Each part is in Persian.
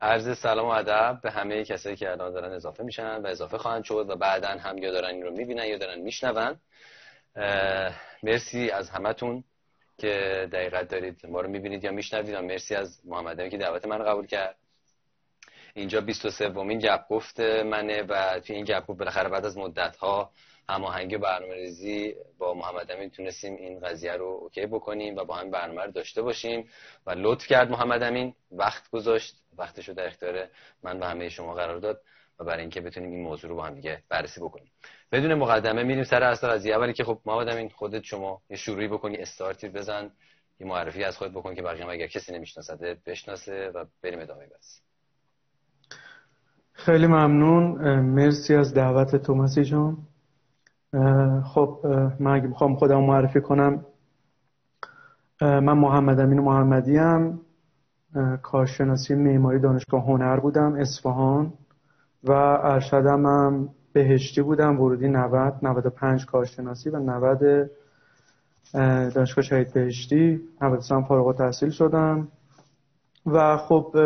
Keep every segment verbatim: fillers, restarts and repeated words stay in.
عرض سلام و ادب به همه کسایی که الان دارن اضافه میشن و اضافه خواهند شد و بعداً هم یا دارن این رو میبینن یا دارن میشنون. مرسی از همتون که دقیقاً دارید ما رو میبینید یا میشنوید و مرسی از محمد امین که دعوت من رو قبول کرد. اینجا بیست و سومین گپ گفت منه و توی این گپ گفت بالاخره بعد از مدت‌ها هماهنگی و برنامه‌ریزی با محمد امین تونستیم این قضیه رو اوکی بکنیم و با هم برنامه رو داشته باشیم و لطف کرد محمد امین، وقت گذاشت، وقتش رو در اختیار من و همه شما قرار داد و برای اینکه بتونیم این موضوع رو با هم دیگه بررسی بکنیم. بدون مقدمه میریم سر اصل قضیه. اولی که خب محمد امین خودت شما یه شروعی بکنی، استارتی بزن، یه معرفی از خودت بکن که بقیه اگر کسی نمیشناسه بشناسه و بریم ادامه بس. خیلی ممنون، مرسی از دعوت توماسی جان. خب من اگه بخوام خودم معرفی کنم، من محمد امین محمدی ام، کارشناسی معماری دانشگاه هنر بودم اصفهان و ارشدم هم بهشتی بودم، ورودی نود نود و پنج کارشناسی و نود دانشگاه شهید بهشتی، نود و سه فارغ التحصیل شدم و خب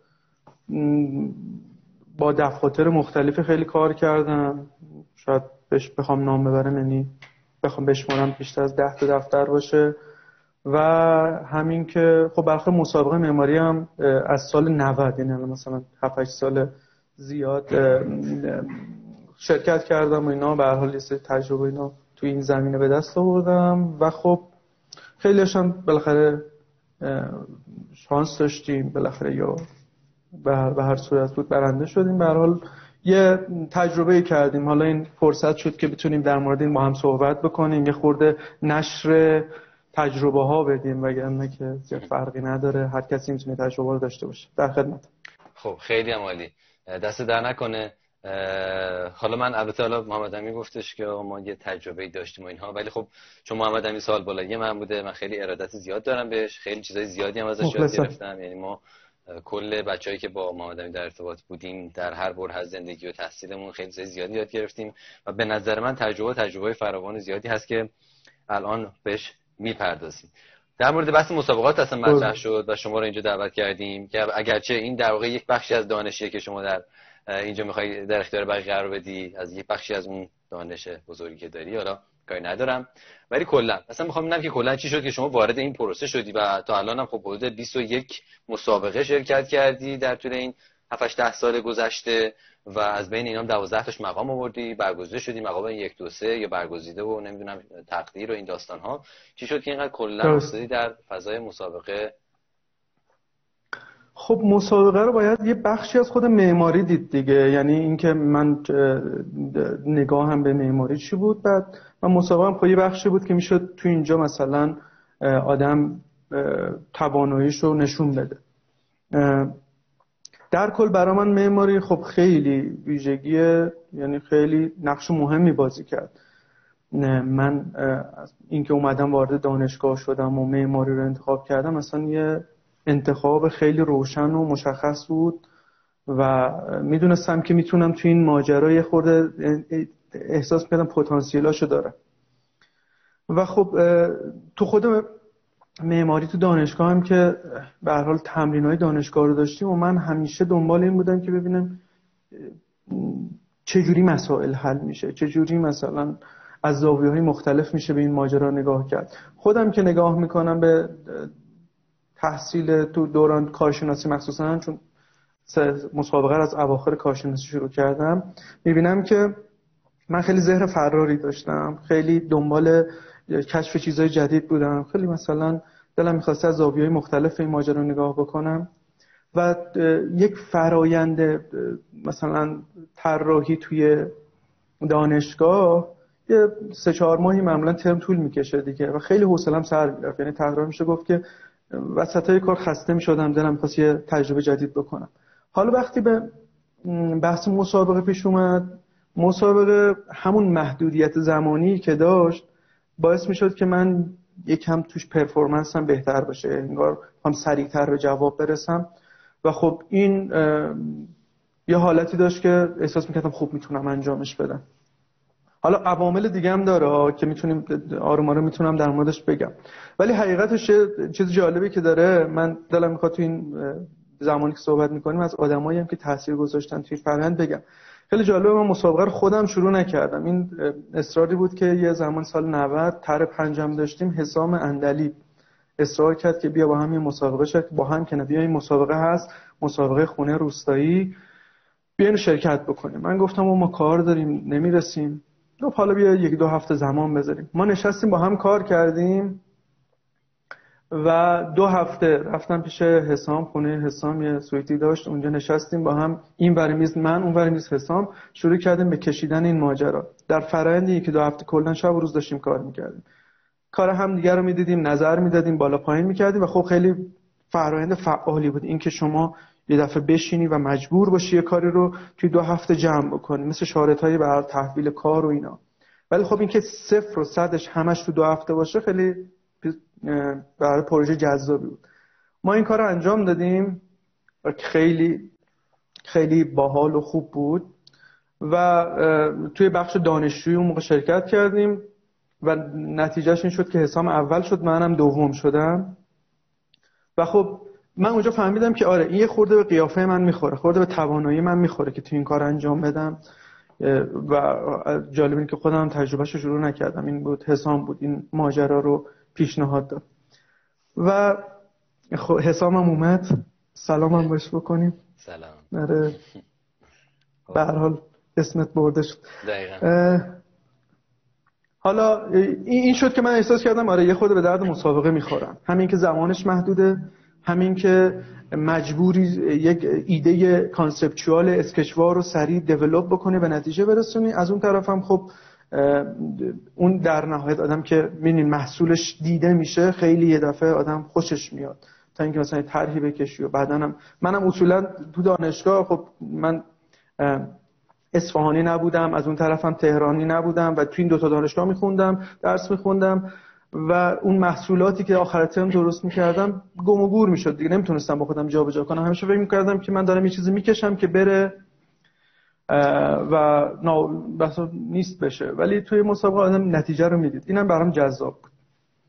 با دفاتر مختلف خیلی کار کردم. شاید بهش بخوام نام ببرم، یعنی بخوام بشمارم بیشتر از ده تا دفتر باشه و همین که خب برخلاف مسابقه معماری هم از سال نود، یعنی مثلا هفت هشت سال زیاد شرکت کردم و اینا، به هر حال یه سری تجربه اینا توی این زمینه به دست آوردم و خب خیلیشون بالاخره شانس داشتیم، بالاخره یا به هر صورت بود برنده شدیم. به هر حال یه تجربه کردیم، حالا این فرصت شد که بتونیم در مورد این با هم صحبت بکنیم، یه خورده نشر تجربه ها بدیم، وگرنه که زیاد فرقی نداره، هر کسی میتونه تجربه رو داشته باشه. در خدمت. خب خیلی عالی، دست در نکنه. حالا من البته حالا محمد امین گفتش که ما یه تجربه داشتیم و اینها، ولی خب چون محمد امین سال بالایی من بوده، من خیلی ارادت زیاد دارم بهش، خیلی چیزای زیادی هم ازش یاد گرفتم. یعنی ما کل بچه‌ای که با محمد امین در ارتباط بودیم در هر برهه از زندگی و تحصیلمون خیلی چیزای زیادی یاد گرفتیم و به نظر من تجربه تجربه فراوان زیادی هست که الان بهش میپردازیم. در مورد بحث مسابقات اصلا مطرح شد و شما رو اینجا دعوت کردیم که اگرچه این در واقع یک بخشی از دانشیه که شما در اینجا میخوای در اختیار بقیه قرار بدی، از یک بخشی از اون دانش بزرگی که داری، حالا کاری ندارم، ولی کلا اصلا میخوام ببینم که کلا چی شد که شما وارد این پروسه شدی و تا الان هم خب حدود بیست و یک مسابقه شرکت کردی در طول این هفت هشت سال گذشته و از بین اینا هم دوازده تاش مقام آوردی، برگزیده شدی مقام یک دو سه یا برگزیده و نمیدونم تقدیر و این داستان ها. چی شد که اینقدر کلا افتادی در فضای مسابقه؟ خب مسابقه رو باید یه بخشی از خود معماری دید دیگه، یعنی اینکه من نگاهم به معماری چی بود. بعد من مسابقه هم خب یه بخشی بود که میشد تو اینجا مثلا آدم تواناییش رو نشون بده. در کل برای من معماری خب خیلی ویژگیه، یعنی خیلی نقش مهمی بازی کرد. من اینکه اومدم وارد دانشگاه شدم و معماری رو انتخاب کردم مثلا یه انتخاب خیلی روشن و مشخص بود و میدونستم که میتونم تو این ماجرا یه خورده احساس میکردم پتانسیلاشو داره. و خب تو خود معماری تو دانشگاه هم که به هر حال تمرینای دانشگاه رو داشتیم و من همیشه دنبال این بودم که ببینم چجوری مسائل حل میشه، چجوری مثلا از زاویه‌های مختلف میشه به این ماجرا نگاه کرد. خودم که نگاه میکنم به تحصیل تو دوران کارشناسی مخصوصا، چون مسابقه رو از اواخر کارشناسی شروع کردم، میبینم که من خیلی ذهن فراری داشتم، خیلی دنبال کشف چیزهای جدید بودم، خیلی مثلا دلم میخواسته از زاویه‌های مختلف این ماجرا نگاه بکنم و یک فرایند مثلا طراحی توی دانشگاه یه سه چهار ماهی معمولا ترم طول میکشه دیگه و خیلی حوصله‌ام سر میرفت، یعنی تقریبا میشه گفت که وسطای کار خسته میشدم، دلم می‌خواست یه تجربه جدید بکنم. حالا وقتی به بحث مسابقه پیش اومد، مسابقه همون محدودیت زمانی که داشت باعث میشد که من یکم توش پرفورمنسم بهتر بشه، انگار هم سریعتر به جواب برسم و خب این یه حالتی داشت که احساس میکردم خوب میتونم انجامش بدم. حالا عوامل دیگه هم داره که میتونیم آروم آروم میتونم در موردش بگم، ولی حقیقتش چیز جالبی که داره، من دلم میخواد تو این زمانی که صحبت میکنیم از آدمایی هم که تاثیر گذاشتن توی فرهنگ بگم. خیلی جالبه، من مسابقه رو خودم شروع نکردم. این اصراری بود که یه زمان سال نود طرح پنجم داشتیم، حسام اندلی اصرار کرد که بیا با هم یه مسابقه شد، با هم که نه بیا این مسابقه هست، مسابقه خونه روستایی، بیاین شرکت بکنیم. من گفتم ما کار داریم نمیرسیم. گفت حالا بیا یک دو هفته زمان بذاریم. ما نشستیم با هم کار کردیم و دو هفته رفتم پیش حسام، خونه حسام یه سویتی داشت، اونجا نشستیم با هم، این ور میز من، اون ور میز حسام، شروع کردیم به کشیدن این ماجرا. در فرآیند که دو هفته کلا شب و روز داشتیم کار میکردیم، کار هم دیگه رو میدیدیم، نظر میدادیم، بالا پایین میکردیم و خب خیلی فرآیند فعالی بود. این که شما یه دفعه بشینی و مجبور باشی یه کاری رو توی دو هفته جمع بکنی، مثل شارطایی برای تحویل کار و اینا. ولی خب این که صفر و صدش همش تو دو هفته باشه خیلی برای پروژه جذابی بود. ما این کار رو انجام دادیم و خیلی خیلی باحال و خوب بود و توی بخش دانشجویی اون موقع شرکت کردیم و نتیجهش این شد که حسام اول شد، منم دوم شدم. و خب من اونجا فهمیدم که آره این یه خورده به قیافه من میخوره، خورده به توانایی من میخوره که تو این کار انجام بدم. و جالب اینه که خودم تجربهشو شروع نکردم، این بود حسام بود این ماجرا رو پیشنهاد داد و حسامم اومد. سلامم باش بکنیم. سلام. آره به هر حال اسمت برده شد. دقیقاً. حالا این شد که من احساس کردم آره یه خود به درد مسابقه میخورم، همین که زمانش محدوده، همین که مجبوری یک ایده کانسپچوال اسکچوار رو سریع دیولپ بکنی به نتیجه برسونی. از اون طرف هم خب اون در نهایت آدم که میبینین محصولش دیده میشه خیلی یه دفعه آدم خوشش میاد تا اینکه مثلا طرحی بکشی. و بعدن هم منم اصولا تو دانشگاه خب من اصفهانی نبودم، از اون طرفم تهرانی نبودم و تو این دوتا دانشگاه میخوندم، درس میخوندم و اون محصولاتی که آخر ترم درست میکردم گم و گور میشد دیگه، نمیتونستم با خودم جابجا کنم. همیشه فکر میکردم که من دارم یه چیزی میکشم که بره و بس نیست بشه، ولی توی مسابقه آدم نتیجه رو میدید. اینم برام جذاب بود.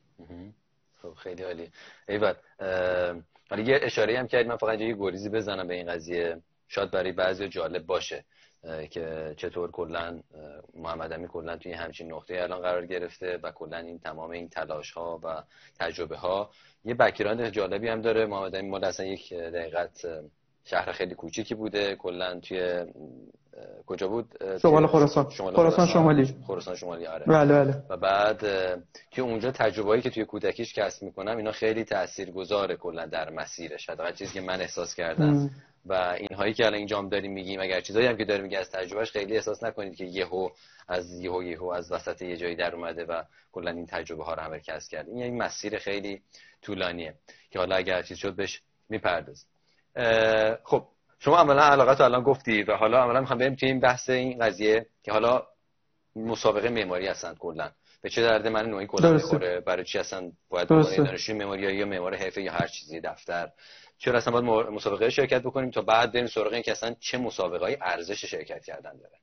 خب خیلی عالی. ایول ولی یه اشاره هم کردید، من فقط یه گریزی بزنم به این قضیه، شاید برای بعضی جالب باشه که چطور کلا محمد امین کلا توی همچین نقطه الان قرار گرفته و کلا این تمام این تلاش ها و تجربه ها یه بک‌گراند جالبی هم داره. محمد امین مال اصلا یک دقیقت شهر خیلی کوچیکی بوده، کلا توی کجا بود؟ شمال خراسان. خراسان شمالی. خراسان شمالی آره. بله بله. و بعد که اونجا تجربه‌ای که توی کودکیش کسب می‌کنم اینا خیلی تاثیرگذاره کلا در مسیرش. حداقل چیزی که من احساس کردم ام. و اینهایی که الان اینجام داریم میگیم، اگر چیزایی هم که داریم میگه از تجربهش، خیلی احساس نکنید که یهو از یهو یهو از وسط یه جایی در اومده و کلا این تجربه ها رو هم کسب کرد. این یه مسیر خیلی طولانیه که حالا اگر چیز شد بهش میپردازیم. خب شما عملا علاقه تو الان گفتی و حالا عملا میخوام بریم توی این بحث این قضیه که حالا مسابقه معماری هستن کلا به چه درد من نوعی کلا میخوره، برای چی اصلا باید دانشجوی معماری یا معمار حرفه یا هر چیزی دفتر چرا اصلا باید مسابقه شرکت بکنیم تا بعد بریم سراغ این که اصلا چه مسابقه‌ای ارزش شرکت کردن داره.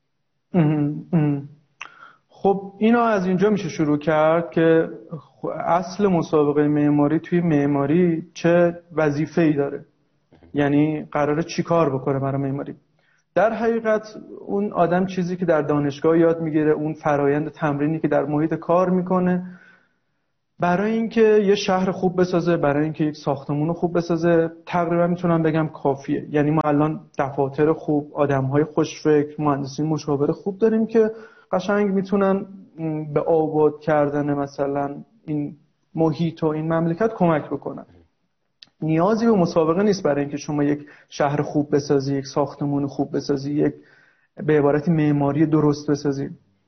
ام ام. خب اینا از اینجا میشه شروع کرد که اصل مسابقه معماری توی معماری چه وظیفه‌ای داره، یعنی قراره چی کار بکنه برای معماری. در حقیقت اون آدم چیزی که در دانشگاه یاد میگیره، اون فرایند تمرینی که در محیط کار میکنه برای اینکه یه شهر خوب بسازه، برای اینکه یک ساختمون خوب بسازه، تقریبا میتونم بگم کافیه. یعنی ما الان دفاتر خوب، آدم‌های خوشفکر، مهندسین مشاور خوب داریم که قشنگ میتونن به آباد کردن مثلا این محیط و این مملکت کمک بکنن. نیازی به مسابقه نیست برای اینکه شما یک شهر خوب بسازی، یک ساختمون خوب بسازی، یک به عبارتی معماری درست بسازی.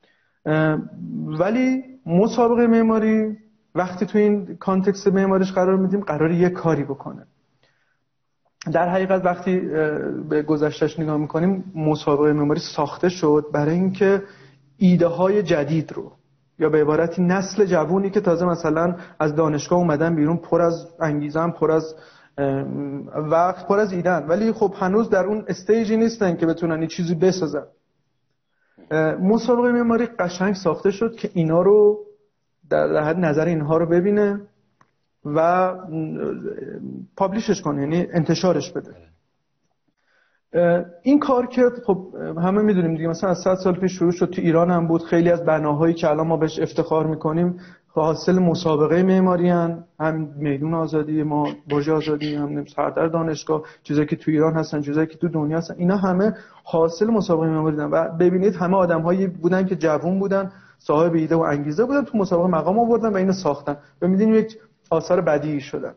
ولی مسابقه معماری وقتی تو این کانتکست معماریش قرار میدیم قراره یک کاری بکنه. در حقیقت وقتی به گذشتهش نگاه میکنیم مسابقه معماری ساخته شد برای اینکه ایده های جدید رو، یا به عبارتی نسل جوونی که تازه مثلا از دانشگاه اومدن بیرون، پر از انگیزه، پر از وقت، پر از ایده‌ان، ولی خب هنوز در اون استیجی نیستن که بتونن یه چیزی بسازن. مسابقه معماری قشنگ ساخته شد که اینا رو در حد نظر اینها رو ببینه و پابلیشش کنه، یعنی انتشارش بده. این کار که خب همه میدونیم دیگه، مثلا از صد سال پیش شروع شد، تو ایران هم بود. خیلی از بناهایی که الان ما بهش افتخار میکنیم حاصل مسابقه معماری ان، هم میدون آزادی ما، برج آزادی، هم سردر دانشگاه، چیزایی که تو ایران هستن، چیزایی که تو دنیا هستن، اینا همه حاصل مسابقه معماری ان. و ببینید همه آدم‌هایی بودن که جوون بودن، صاحب ایده و انگیزه بودن، تو مسابقه مقام آوردن و اینو ساختن و می‌بینید یک آثار بدیعی شدن.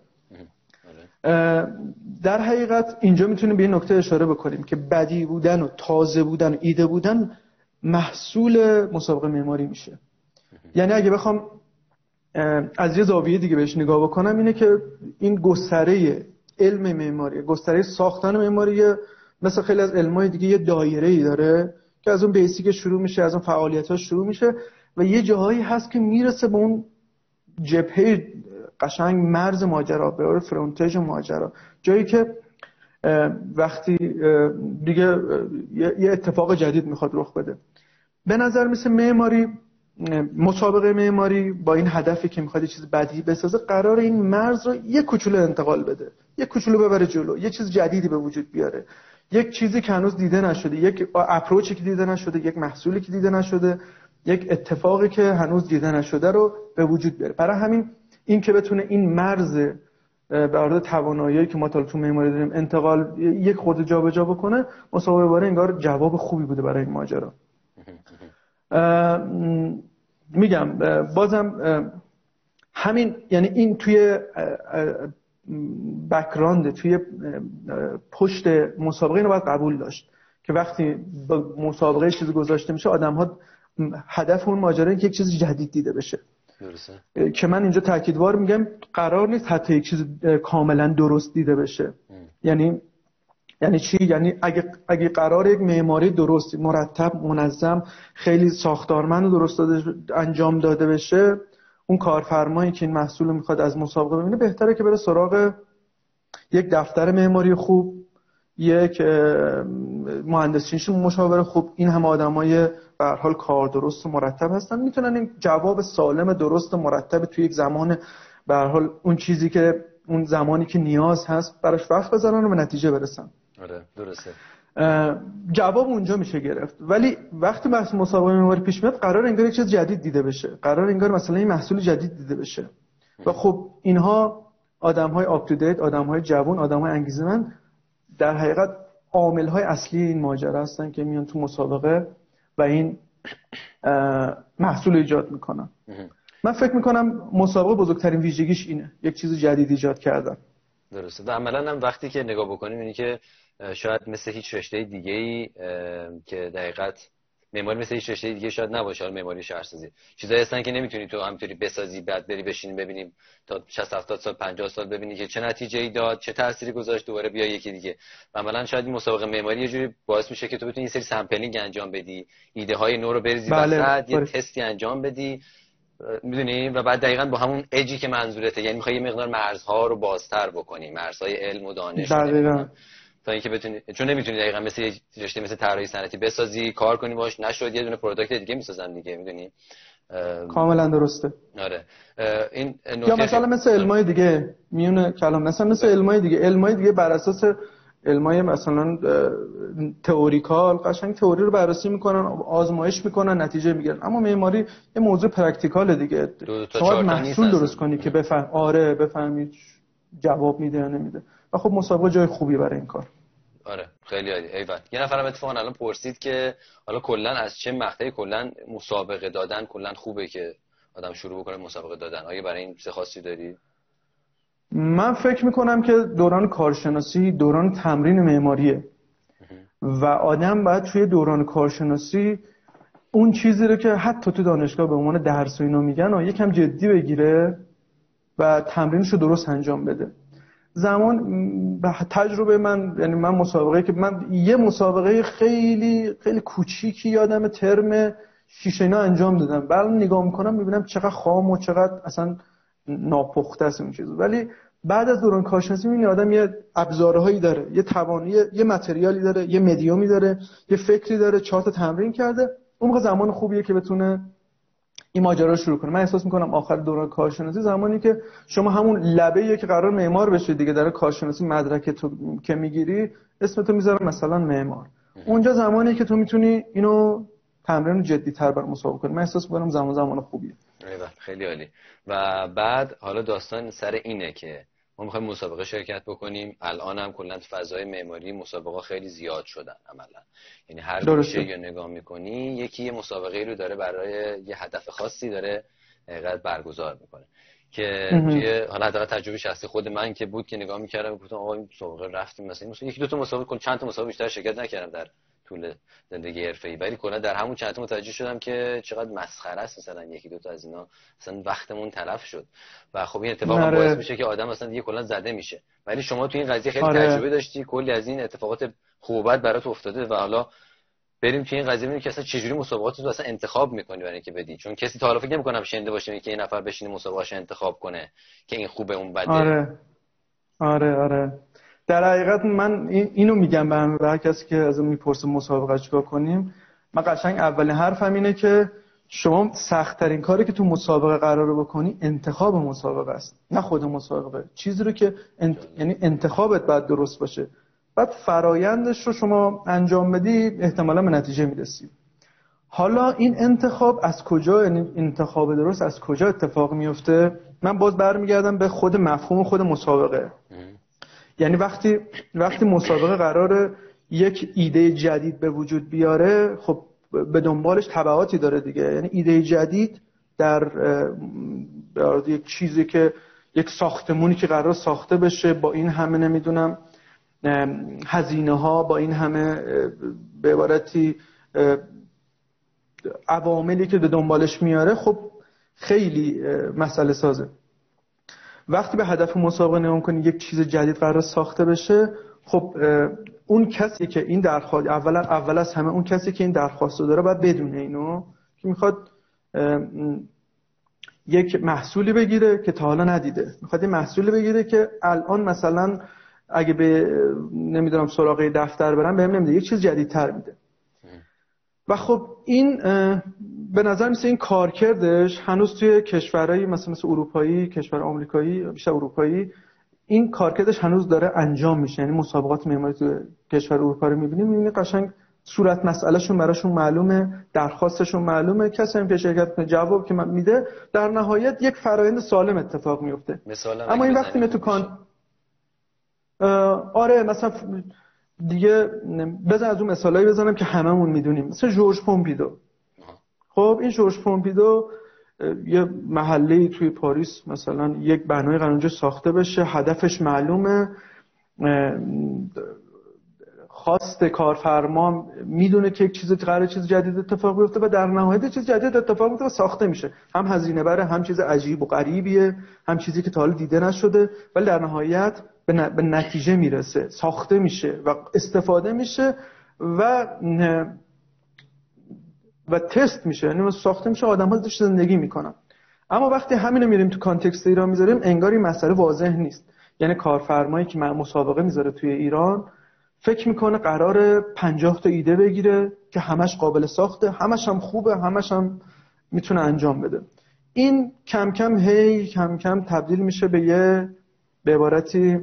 در حقیقت اینجا میتونیم به این نکته اشاره بکنیم که بدیع بودن و تازه بودن و ایده بودن محصول مسابقه معماری میشه. یعنی اگه بخوام از یه زاویه دیگه بهش نگاه بکنم، اینه که این گستره علم معماری، گستره ساختن معماری، مثل خیلی از علم‌های دیگه یه دایره‌ای داره که از اون بیسیک شروع میشه، از اون فعالیت‌هاش شروع میشه و یه جاهایی هست که میرسه به اون جبهه قشنگ مرز ماجرا، به فرونتیج ماجرا، جایی که وقتی دیگه یه اتفاق جدید میخواد رخ بده. به نظر مثل معماری، مسابقه معماری با این هدفی که میخواد یه چیز بدیعی بسازه، قرار این مرز رو یه کوچولو انتقال بده، یه کوچولو ببره جلو، یه چیز جدیدی به وجود بیاره، یک چیزی که هنوز دیده نشده، یک اپروچی که دیده نشده، یک محصولی که دیده نشده، یک اتفاقی که هنوز دیده نشده رو به وجود بیاره. برای همین این که بتونه این مرز به عرض توانایی‌ای که ما تا تو معماری داریم انتقال یک خورده جابجا بکنه، مسابقه باره انگار جواب خوبی بوده برای این ماجرا. میگم بازم همین، یعنی این توی بک‌گراند، توی پشت مسابقه اینو باید قبول داشت که وقتی با مسابقه چیزی گذاشته میشه، آدم‌ها هدف اون ماجرا اینه که یک چیز جدید دیده بشه. درسته. که من اینجا تاکیدوار میگم قرار نیست حتی یک چیز کاملا درست دیده بشه. ام. یعنی یعنی چی؟ یعنی اگه اگه قرار یک معماری درست، مرتب، منظم، خیلی ساختارمند و درست داده انجام داده بشه، اون کارفرمایی که این محصول میخواد از مسابقه ببینه، بهتره که بره سراغ یک دفتر معماری خوب، یک مهندسینش مشاور خوب. این هم آدمای به هر حال کار درست و مرتب هستن، میتونن این جواب سالم درست و مرتب توی یک زمان، به هر حال اون چیزی که اون زمانی که نیاز هست براش وقت بذارن و به نتیجه برسن. آره درسته. جواب اونجا میشه گرفت. ولی وقتی بحث مسابقه معماری پیش میاد، قرار انگار یک چیز جدید دیده بشه، قرار انگار مثلا این محصول جدید دیده بشه. و خب اینها آدم‌های آپ تو دیت، آدم‌های جوان، آدم‌های انگیزه‌مند، در حقیقت عامل‌های اصلی این ماجرا هستن که میان تو مسابقه و این محصول ایجاد میکنن. من فکر میکنم مسابقه بزرگترین ویژگیش اینه، یک چیز جدید ایجاد کردن. درسته. و عملاً هم وقتی که نگاه بکنیم اینی که شاید مثل هیچ رشته دیگه‌ای که دقیقاً معماری مثل هیچ رشته دیگه شاید نباشه، حالا معماری شهرسازی، چیزایی هستن که نمیتونی تو همینطوری بسازی بعد بری بشینی ببینیم تا شصت هفتاد سال پنجاه سال ببینی که چه نتیجه‌ای داد، چه تأثیری گذاشت، دوباره بیا یکی دیگه. و عملاً شاید این مسابقه معماری یه جوری باعث میشه که تو بتونی یه سری سامپلینگ انجام بدی، ایده های نو رو بریزی وسط، یه تستی انجام بدی، میدونی، و بعد دقیقاً با همون اجی که منظورته، یعنی می‌خوای یه مقدار مرزها رو بازتر بکنی، مرزهای علم و دانش، تا اینکه بتونی، چون نمیتونی دقیقاً مثل یه رشته مثل طراحی صنعتی بسازی، کار کنی باش، نشد یه دونه پروداکت دیگه میسازن دیگه، میدونی. کاملا درسته. آره. این یا مثلا مثل علمای دیگه میونه کلام، مثلا مثل علمای دیگه، علمای دیگه بر اساس علمای مثلا تئوریکال قشنگ تئوری رو بررسی میکنن، آزمایش میکنن، نتیجه میگیرن. اما معماری یه موضوع پرکتیکال دیگه، شما محصول درست کنی که بفهم، آره بفهمید جواب میده یا نمیده. و خب مسابقه جای خوبی برای این کار. آره خیلی عالی. ایول. یه نفرم اتفاقا الان پرسید که حالا کلا از چه مقطعی کلا مسابقه دادن کلا خوبه که آدم شروع بکنه مسابقه دادن؟ آیا برای این چیز خاصی داری؟ من فکر میکنم که دوران کارشناسی دوران تمرین معماریه و آدم باید توی دوران کارشناسی اون چیزی رو که حتی تو دانشگاه به عنوان درس و اینا میگن و یکم جدی بگیره و تمرینشو درست انجام بده. زمان به تجربه من، یعنی من مسابقه که من یه مسابقه خیلی خیلی کوچیکی یادم ترم شیشه اینا انجام دادم، بعد نگاه میکنم میبینم چقدر خام و چقدر اصلا ناپخته است اون چیز. ولی بعد از دوران کارشناسی میبینی آدم یه ابزارهایی داره، یه توانی، یه متریالی داره، یه مدیومی داره، یه فکری داره، چهار تا تمرین کرده. اون موقع زمان خوبیه که بتونه این ماجرا شروع کنه. من احساس میکنم آخر دوران کارشناسی زمانی که شما همون لبه‌ای که قرار معمار بشه دیگه، در کارشناسی مدرک تو که میگیری اسمتو میذارم مثلا معمار، اونجا زمانی که تو میتونی اینو تمرین جدی‌تر بر مسابقه کنی. من احساس میکنم زمان زمان خوبیه. خیلی عالی. و بعد حالا داستان سر اینه که ما میخوایم مسابقه شرکت بکنیم. الان هم کلا تو فضای معماری مسابقه خیلی زیاد شدن عملا، یعنی هر گوشه یا نگاه میکنی یکی یه مسابقه رو داره برای یه هدف خاصی داره حقیقت برگزار میکنه که توی حالا حداقل تجربه شخصی خود من که بود که نگاه میکردم گفتم آقا این مسابقه رفتیم مثلا یکی دو تا مسابقه کن، چند تا مسابقه بیشتر شرکت نکردم در طول زندگی حرفه‌ای، ولی کلا در همون چند تا متوجه شدم که چقدر مسخره است مثلا یکی دو تا از اینا مثلا وقتمون تلف شد و خب این اتفاق هم باعث میشه که آدم مثلا دیگه کلا زده میشه. ولی شما تو این قضیه خیلی آره. تجربه داشتی، کلی از این اتفاقات خوب و بد برات افتاده و حالا بریم تو این قضیه ببینیم که اصلا چجوری مسابقات رو اصلا انتخاب می‌کنی برای اینکه بدی، چون کسی تا حالا فکر نمی‌کنم شنیده باشه که این نفر بشینه مسابقه‌اش انتخاب کنه که این خوبه اون بده. آره آره آره در حقیقت من اینو میگم به همه هر کسی که ازم میپرسه مسابقه چیکار کنیم، من قشنگ اولین حرفم اینه که شما سخت ترین کاری که تو مسابقه قراره بکنی انتخاب مسابقه است، نه خود مسابقه. چیزی رو که انت... یعنی انتخابت باید درست باشه، بعد فرایندش رو شما انجام بدی احتمالاً به نتیجه میرسی. حالا این انتخاب از کجا، یعنی انتخاب درست از کجا اتفاق میفته؟ من باز برمیگردم به خود مفهوم خود مسابقه. یعنی وقتی وقتی مسابقه قراره یک ایده جدید به وجود بیاره، خب به دنبالش تبعاتی داره دیگه. یعنی ایده جدید در یک چیزی که یک ساختمونی که قرار ساخته بشه با این همه نمیدونم هزینه ها، با این همه به عبارتی عواملی که به دنبالش میاره، خب خیلی مسئله سازه. وقتی به هدف مسابقه نگاه کنی یک چیز جدید قرار ساخته بشه، خب اون کسی که این درخواست اولا اول از همه اون کسی که این درخواست رو داره باید بدونه اینو که میخواد یک محصولی بگیره که تا حالا ندیده، میخواد این محصولی بگیره که الان مثلا اگه به نمیدونم سراغ دفتر برم بهم نمیده، یک چیز جدیدتر میده. و خب این به نظر میسه این کارکردش هنوز توی کشورهای مثلا مثل اروپایی، کشور آمریکایی، بیشتر اروپایی، این کارکردش هنوز داره انجام میشه. یعنی مسابقات معماری توی کشور اروپا رو میبینیم، میبینی قشنگ صورت مسئلهشون براشون معلومه، درخواستشون معلومه، کسی هم که شرکت کنه جواب که من میده، در نهایت یک فرآیند سالم اتفاق میفته. اما این وقتی میاد تو کان آره مثلا دیگه بزن از اون مثالایی بزنم که هممون میدونیم، مثلا ژورژ پومپیدو. خب این ژورژ پومپیدو یه محله‌ای توی پاریس مثلا یک بنای قرار اونجا ساخته بشه، هدفش معلومه، خواست کارفرما میدونه که یک چیز قراره چیز جدید اتفاق بیفته و در نهایت چیز جدید اتفاق میفته و ساخته میشه. هم هزینه بره، هم چیز عجیب و غریبیه، هم چیزی که تا حالا دیده نشده، ولی در نهایت به نتیجه میرسه، ساخته میشه و استفاده میشه و و تست میشه، یعنی ساخته میشه، آدم‌ها ازش زندگی میکنن. اما وقتی همینو میریم تو کانتکست ایران میذاریم، انگار این مسئله واضح نیست. یعنی کارفرمایی که مسابقه میذاره توی ایران فکر میکنه قراره پنجاه تا ایده بگیره که همش قابل ساخته، همش هم خوبه، همش هم میتونه انجام بده. این کم کم هی کم کم تبدیل میشه به یه به عبارتی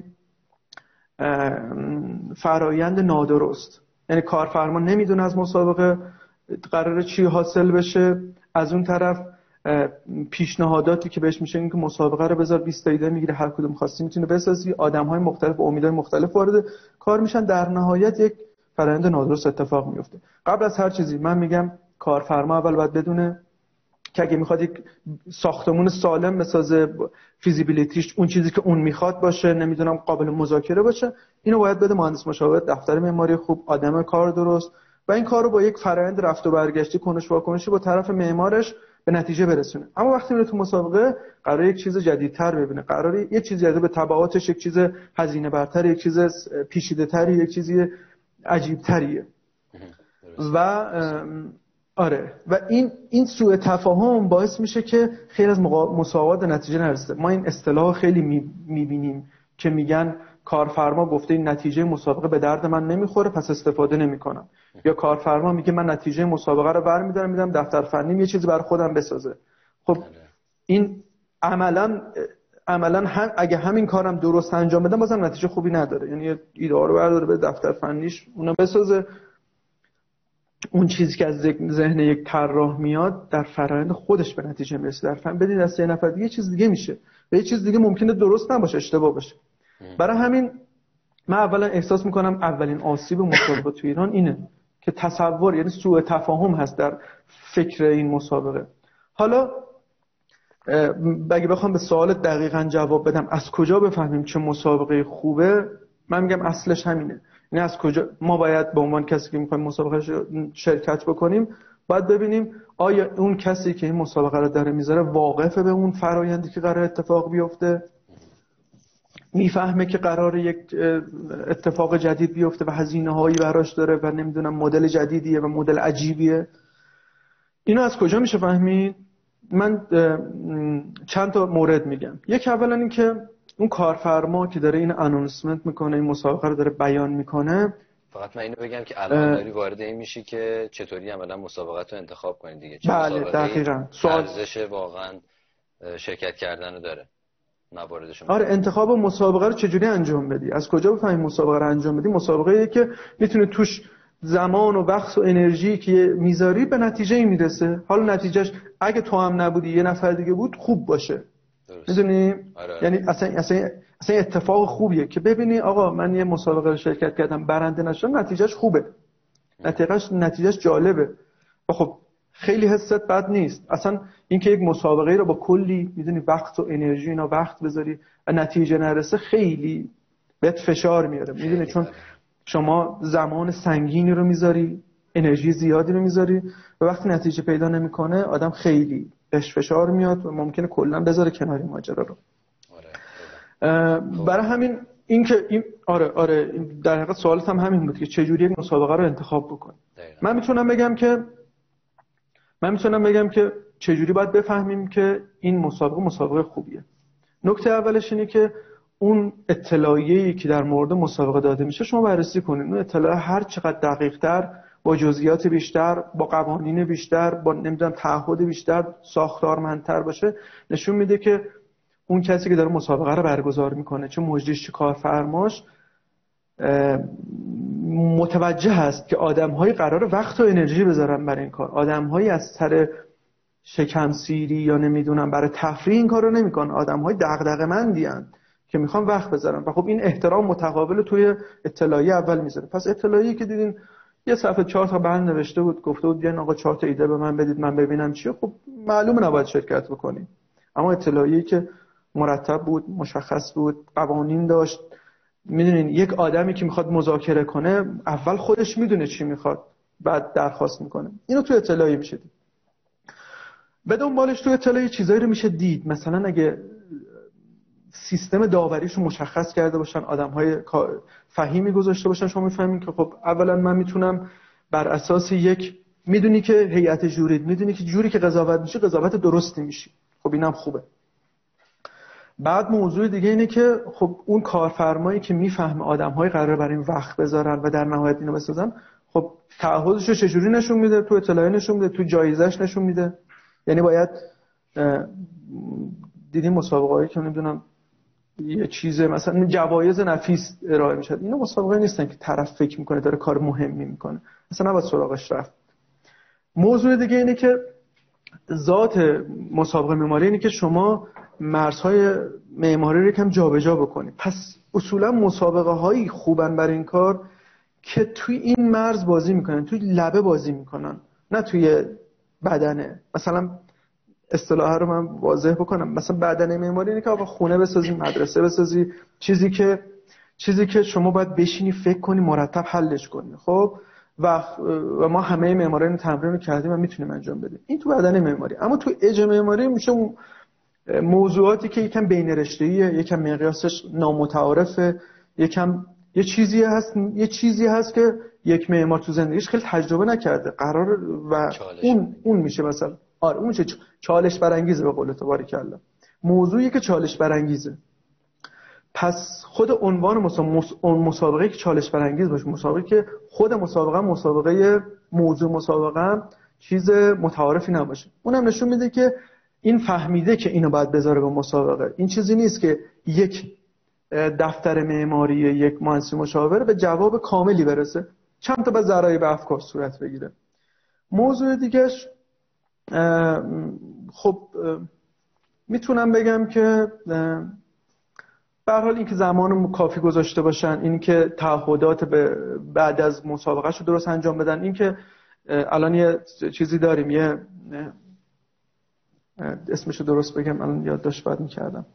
فرایند نادرست. یعنی کارفرما نمیدونه از مسابقه قراره چی حاصل بشه، از اون طرف پیشنهاداتی که بهش میشه این که مسابقه رو بذار بیست تا ایده میگیره، هر کدوم خواستی میتونه بسازی، آدم‌های مختلف و امیدهای مختلف وارد کار میشن، در نهایت یک فرآیند نادرست اتفاق میفته. قبل از هر چیزی من میگم کارفرما اول باید بدونه که اگه میخواد یک ساختمون سالم بسازه، فیزیبیلیتیش اون چیزی که اون میخواد باشه، نمیدونم قابل مذاکره باشه، اینو باید بده مهندس مشاور، دفتر معماری خوب، آدم کار درست، و این کارو با یک فرآیند رفت و برگشتی، کنش واکنشی با طرف معمارش به نتیجه برسونه. اما وقتی میره تو مسابقه قراره یک چیز جدیدتر ببینه، قراره یک چیز جدید به تبعاتش، یک چیز هزینه برتر، یک چیز پیچیده‌تری، یک چیزی عجیب‌تریه. و آره و این این سوء تفاهم باعث میشه که خیلی از مسابقات به نتیجه نرسه. ما این اصطلاح خیلی میبینیم که میگن کارفرما گفته این نتیجه مسابقه به درد من نمیخوره پس استفاده نمیکنم، یا کارفرما میگه من نتیجه مسابقه رو برمی‌دارم میدم دفتر فنی یه چیزی برای خودم بسازه. خب این عملا عملا هم اگه همین کارم درست انجام بدم بازم نتیجه خوبی نداره. یعنی ایده ها رو برداره به دفتر فنیش اونا بسازه، اون چیزی که از ذهن یک طراح میاد در فرآیند خودش به نتیجه میرسه. در فن بدین دست یه نفر دیگه چیز دیگه میشه و یه چیز دیگه ممکنه درست نباشه، اشتباه باشه. برای همین من اولا احساس میکنم اولین آسیب مسابقه تو ایران اینه که تصور، یعنی سوء تفاهم هست در فکر این مسابقه. حالا اگه بخوام به سوال دقیقاً جواب بدم از کجا بفهمیم چه مسابقه خوبه، من میگم اصلش همینه. یعنی از کجا ما باید به عنوان کسی که میخوایم مسابقه شرکت بکنیم باید ببینیم آیا اون کسی که این مسابقه رو داره میذاره واقفه به اون فرآیندی که قرار اتفاق بیفته، میفهمه که قرار یک اتفاق جدید بیفته و هزینه‌هایی براش داره و نمیدونم مدل جدیدیه و مدل عجیبیه. اینو از کجا میشه فهمید؟ من چند تا مورد میگم. یک اولا این که اون کارفرما که داره این انونسمنت میکنه، این مسابقه رو داره بیان میکنه. فقط من اینو بگم که الان داری وارد این میشی که چطوری عملا مسابقت رو انتخاب کنید دیگه. چه بله دقیقاً. ارزش واقعا شرکت کردن رو داره. مواردشون. آره انتخاب مسابقه رو چجوری انجام بدی؟ از کجا بفهمی مسابقه رو انجام بدی؟ مسابقه‌ای که میتونه توش زمان و وقت و انرژی که میذاری به نتیجه میرسه. حالا نتیجهش اگه تو هم نبودی یه نفر دیگه بود خوب باشه. میدونی؟ آره. یعنی اصلا اصلا اصلا اتفاق خوبیه که ببینی آقا من یه مسابقه رو شرکت کردم برنده نشدم، نتیجهش خوبه. نتیجهش نتیجهش جالبه. و خب خیلی حست بد نیست. اصلا اینکه یک مسابقه رو با کلی میدونی وقت و انرژی اینا وقت بذاری و نتیجه نرسه خیلی بهت فشار میاره. میدونی چون شما زمان سنگینی رو میذاری، انرژی زیادی رو میذاری و وقتی نتیجه پیدا نمیکنه آدم خیلی بهش فشار میاد و ممکنه کلا بذاره کنار ماجرا رو. آره. برای همین اینکه این آره آره در حقیقت سوالت هم همین بود که چه جوری یک مسابقه رو انتخاب بکنی. من میتونم بگم که من میتونم بگم که چه جوری باید بفهمیم که این مسابقه مسابقه خوبیه. نکته اولش اینه که اون اطلاعیه‌ای که در مورد مسابقه داده میشه شما بررسی کنید. اون اطلاع هر چقدر دقیق‌تر، با جزئیات بیشتر، با قوانین بیشتر، با نمیدونم تعهد بیشتر، ساختارمندتر باشه، نشون میده که اون کسی که داره مسابقه رو برگزار میکنه، چه مجریش چه کارفرماش، متوجه هست که آدم‌های قراره وقت و انرژی بذارن برای این کار. آدم‌هایی از سر شکم سیری یا نمیدونم برای تفریح این کارو نمیکنن. آدم‌های دغدغه‌مندی ان که میخوان وقت بذارن و خب این احترام متقابل توی اطلاعیه اول میذاره. پس اطلاعیه‌ای که دیدین یه صفحه چهار تا بند نوشته بود، گفته بود بیاین آقا چهار تا ایده به من بدید من ببینم چیه، خب معلومه نباید شرکت بکنیم. اما اطلاعیه‌ای که مرتب بود، مشخص بود، قوانین داشت، میدونین یک آدمی که میخواد مذاکره کنه اول خودش میدونه چی میخواد بعد درخواست میکنه. اینو تو اطلاعیه میشه دید. به دنبالش تو اطلاعیه چیزایی رو میشه دید. مثلا اگه سیستم داوریشو مشخص کرده باشن، آدم‌های فهیمی گذاشته باشن، شما میفهمین که خب اولا من میتونم بر اساس یک، میدونی که هیئت جوری، میدونی که جوری که قضاوت میشه قضاوت درستی میشه. خب اینم خوبه. بعد موضوع دیگه اینه که خب اون کارفرمایی که میفهمه آدم‌های قراره برای این وقت بذارن و در نهایت اینو بسازن، خب تعهدش رو چجوری نشون میده؟ تو اطلاعیه نشون میده، تو جایزش نشون میده. یعنی باید دیدیم مسابقه‌ای که نمیدونم یه چیز مثلا جوایز نفیس ارائه میشه، اینا مسابقه نیستن که طرف فکر میکنه داره کار مهمی میکنه، اصلا نباید سراغش رفت. موضوع دیگه اینه که ذات مسابقه معماری اینه که شما مرزهای معماری رو یکم جابجا بکنید. پس اصولا مسابقه هایی خوبن برای این کار که توی این مرز بازی میکنن، توی لبه بازی میکنن، نه توی بدنه. مثلا اصطلاح رو من واضح بکنم، مثلا بدنه معماری اینه که آقا خونه بسازی، مدرسه بسازی، چیزی که چیزی که شما باید بشینی فکر کنی مرتب حلش کنی. خب و و ما همه معماران تمرین رو کردیم و میتونیم انجام بدیم. این تو بدنه معماری. اما تو اج معماری میشه موضوعاتی که یکم بین رشته‌ایه، یکم مقیاسش نامتعارفه، یکم یه چیزی هست یه چیزی هست که یک معمار تو زندگیش خیلی تجربه نکرده، قرار و اون اون میشه مثلا آره اون چه چالش برانگیزه به قول تو باریکلا. موضوعی که چالش برانگیزه. پس خود عنوان مسابقه که چالش برانگیز باشه، مسابقه که خود مسابقه مسابقه موضوع مسابقه چیز متعارفی نباشه، اونم نشون میده که این فهمیده که اینو باید بذاره به مسابقه. این چیزی نیست که یک دفتر معماری یک مهندس مشاور به جواب کاملی برسه، چند تا به ذرایع به افکار صورت بگیره. موضوع دیگهش خب میتونم بگم که به هر حال اینکه زمان کافی گذاشته باشن، اینکه تعهدات به بعد از مسابقهشو درست انجام بدن، اینکه الان یه چیزی داریم، یه اسمشو درست بگم الان یادداشت بعد می‌کردم،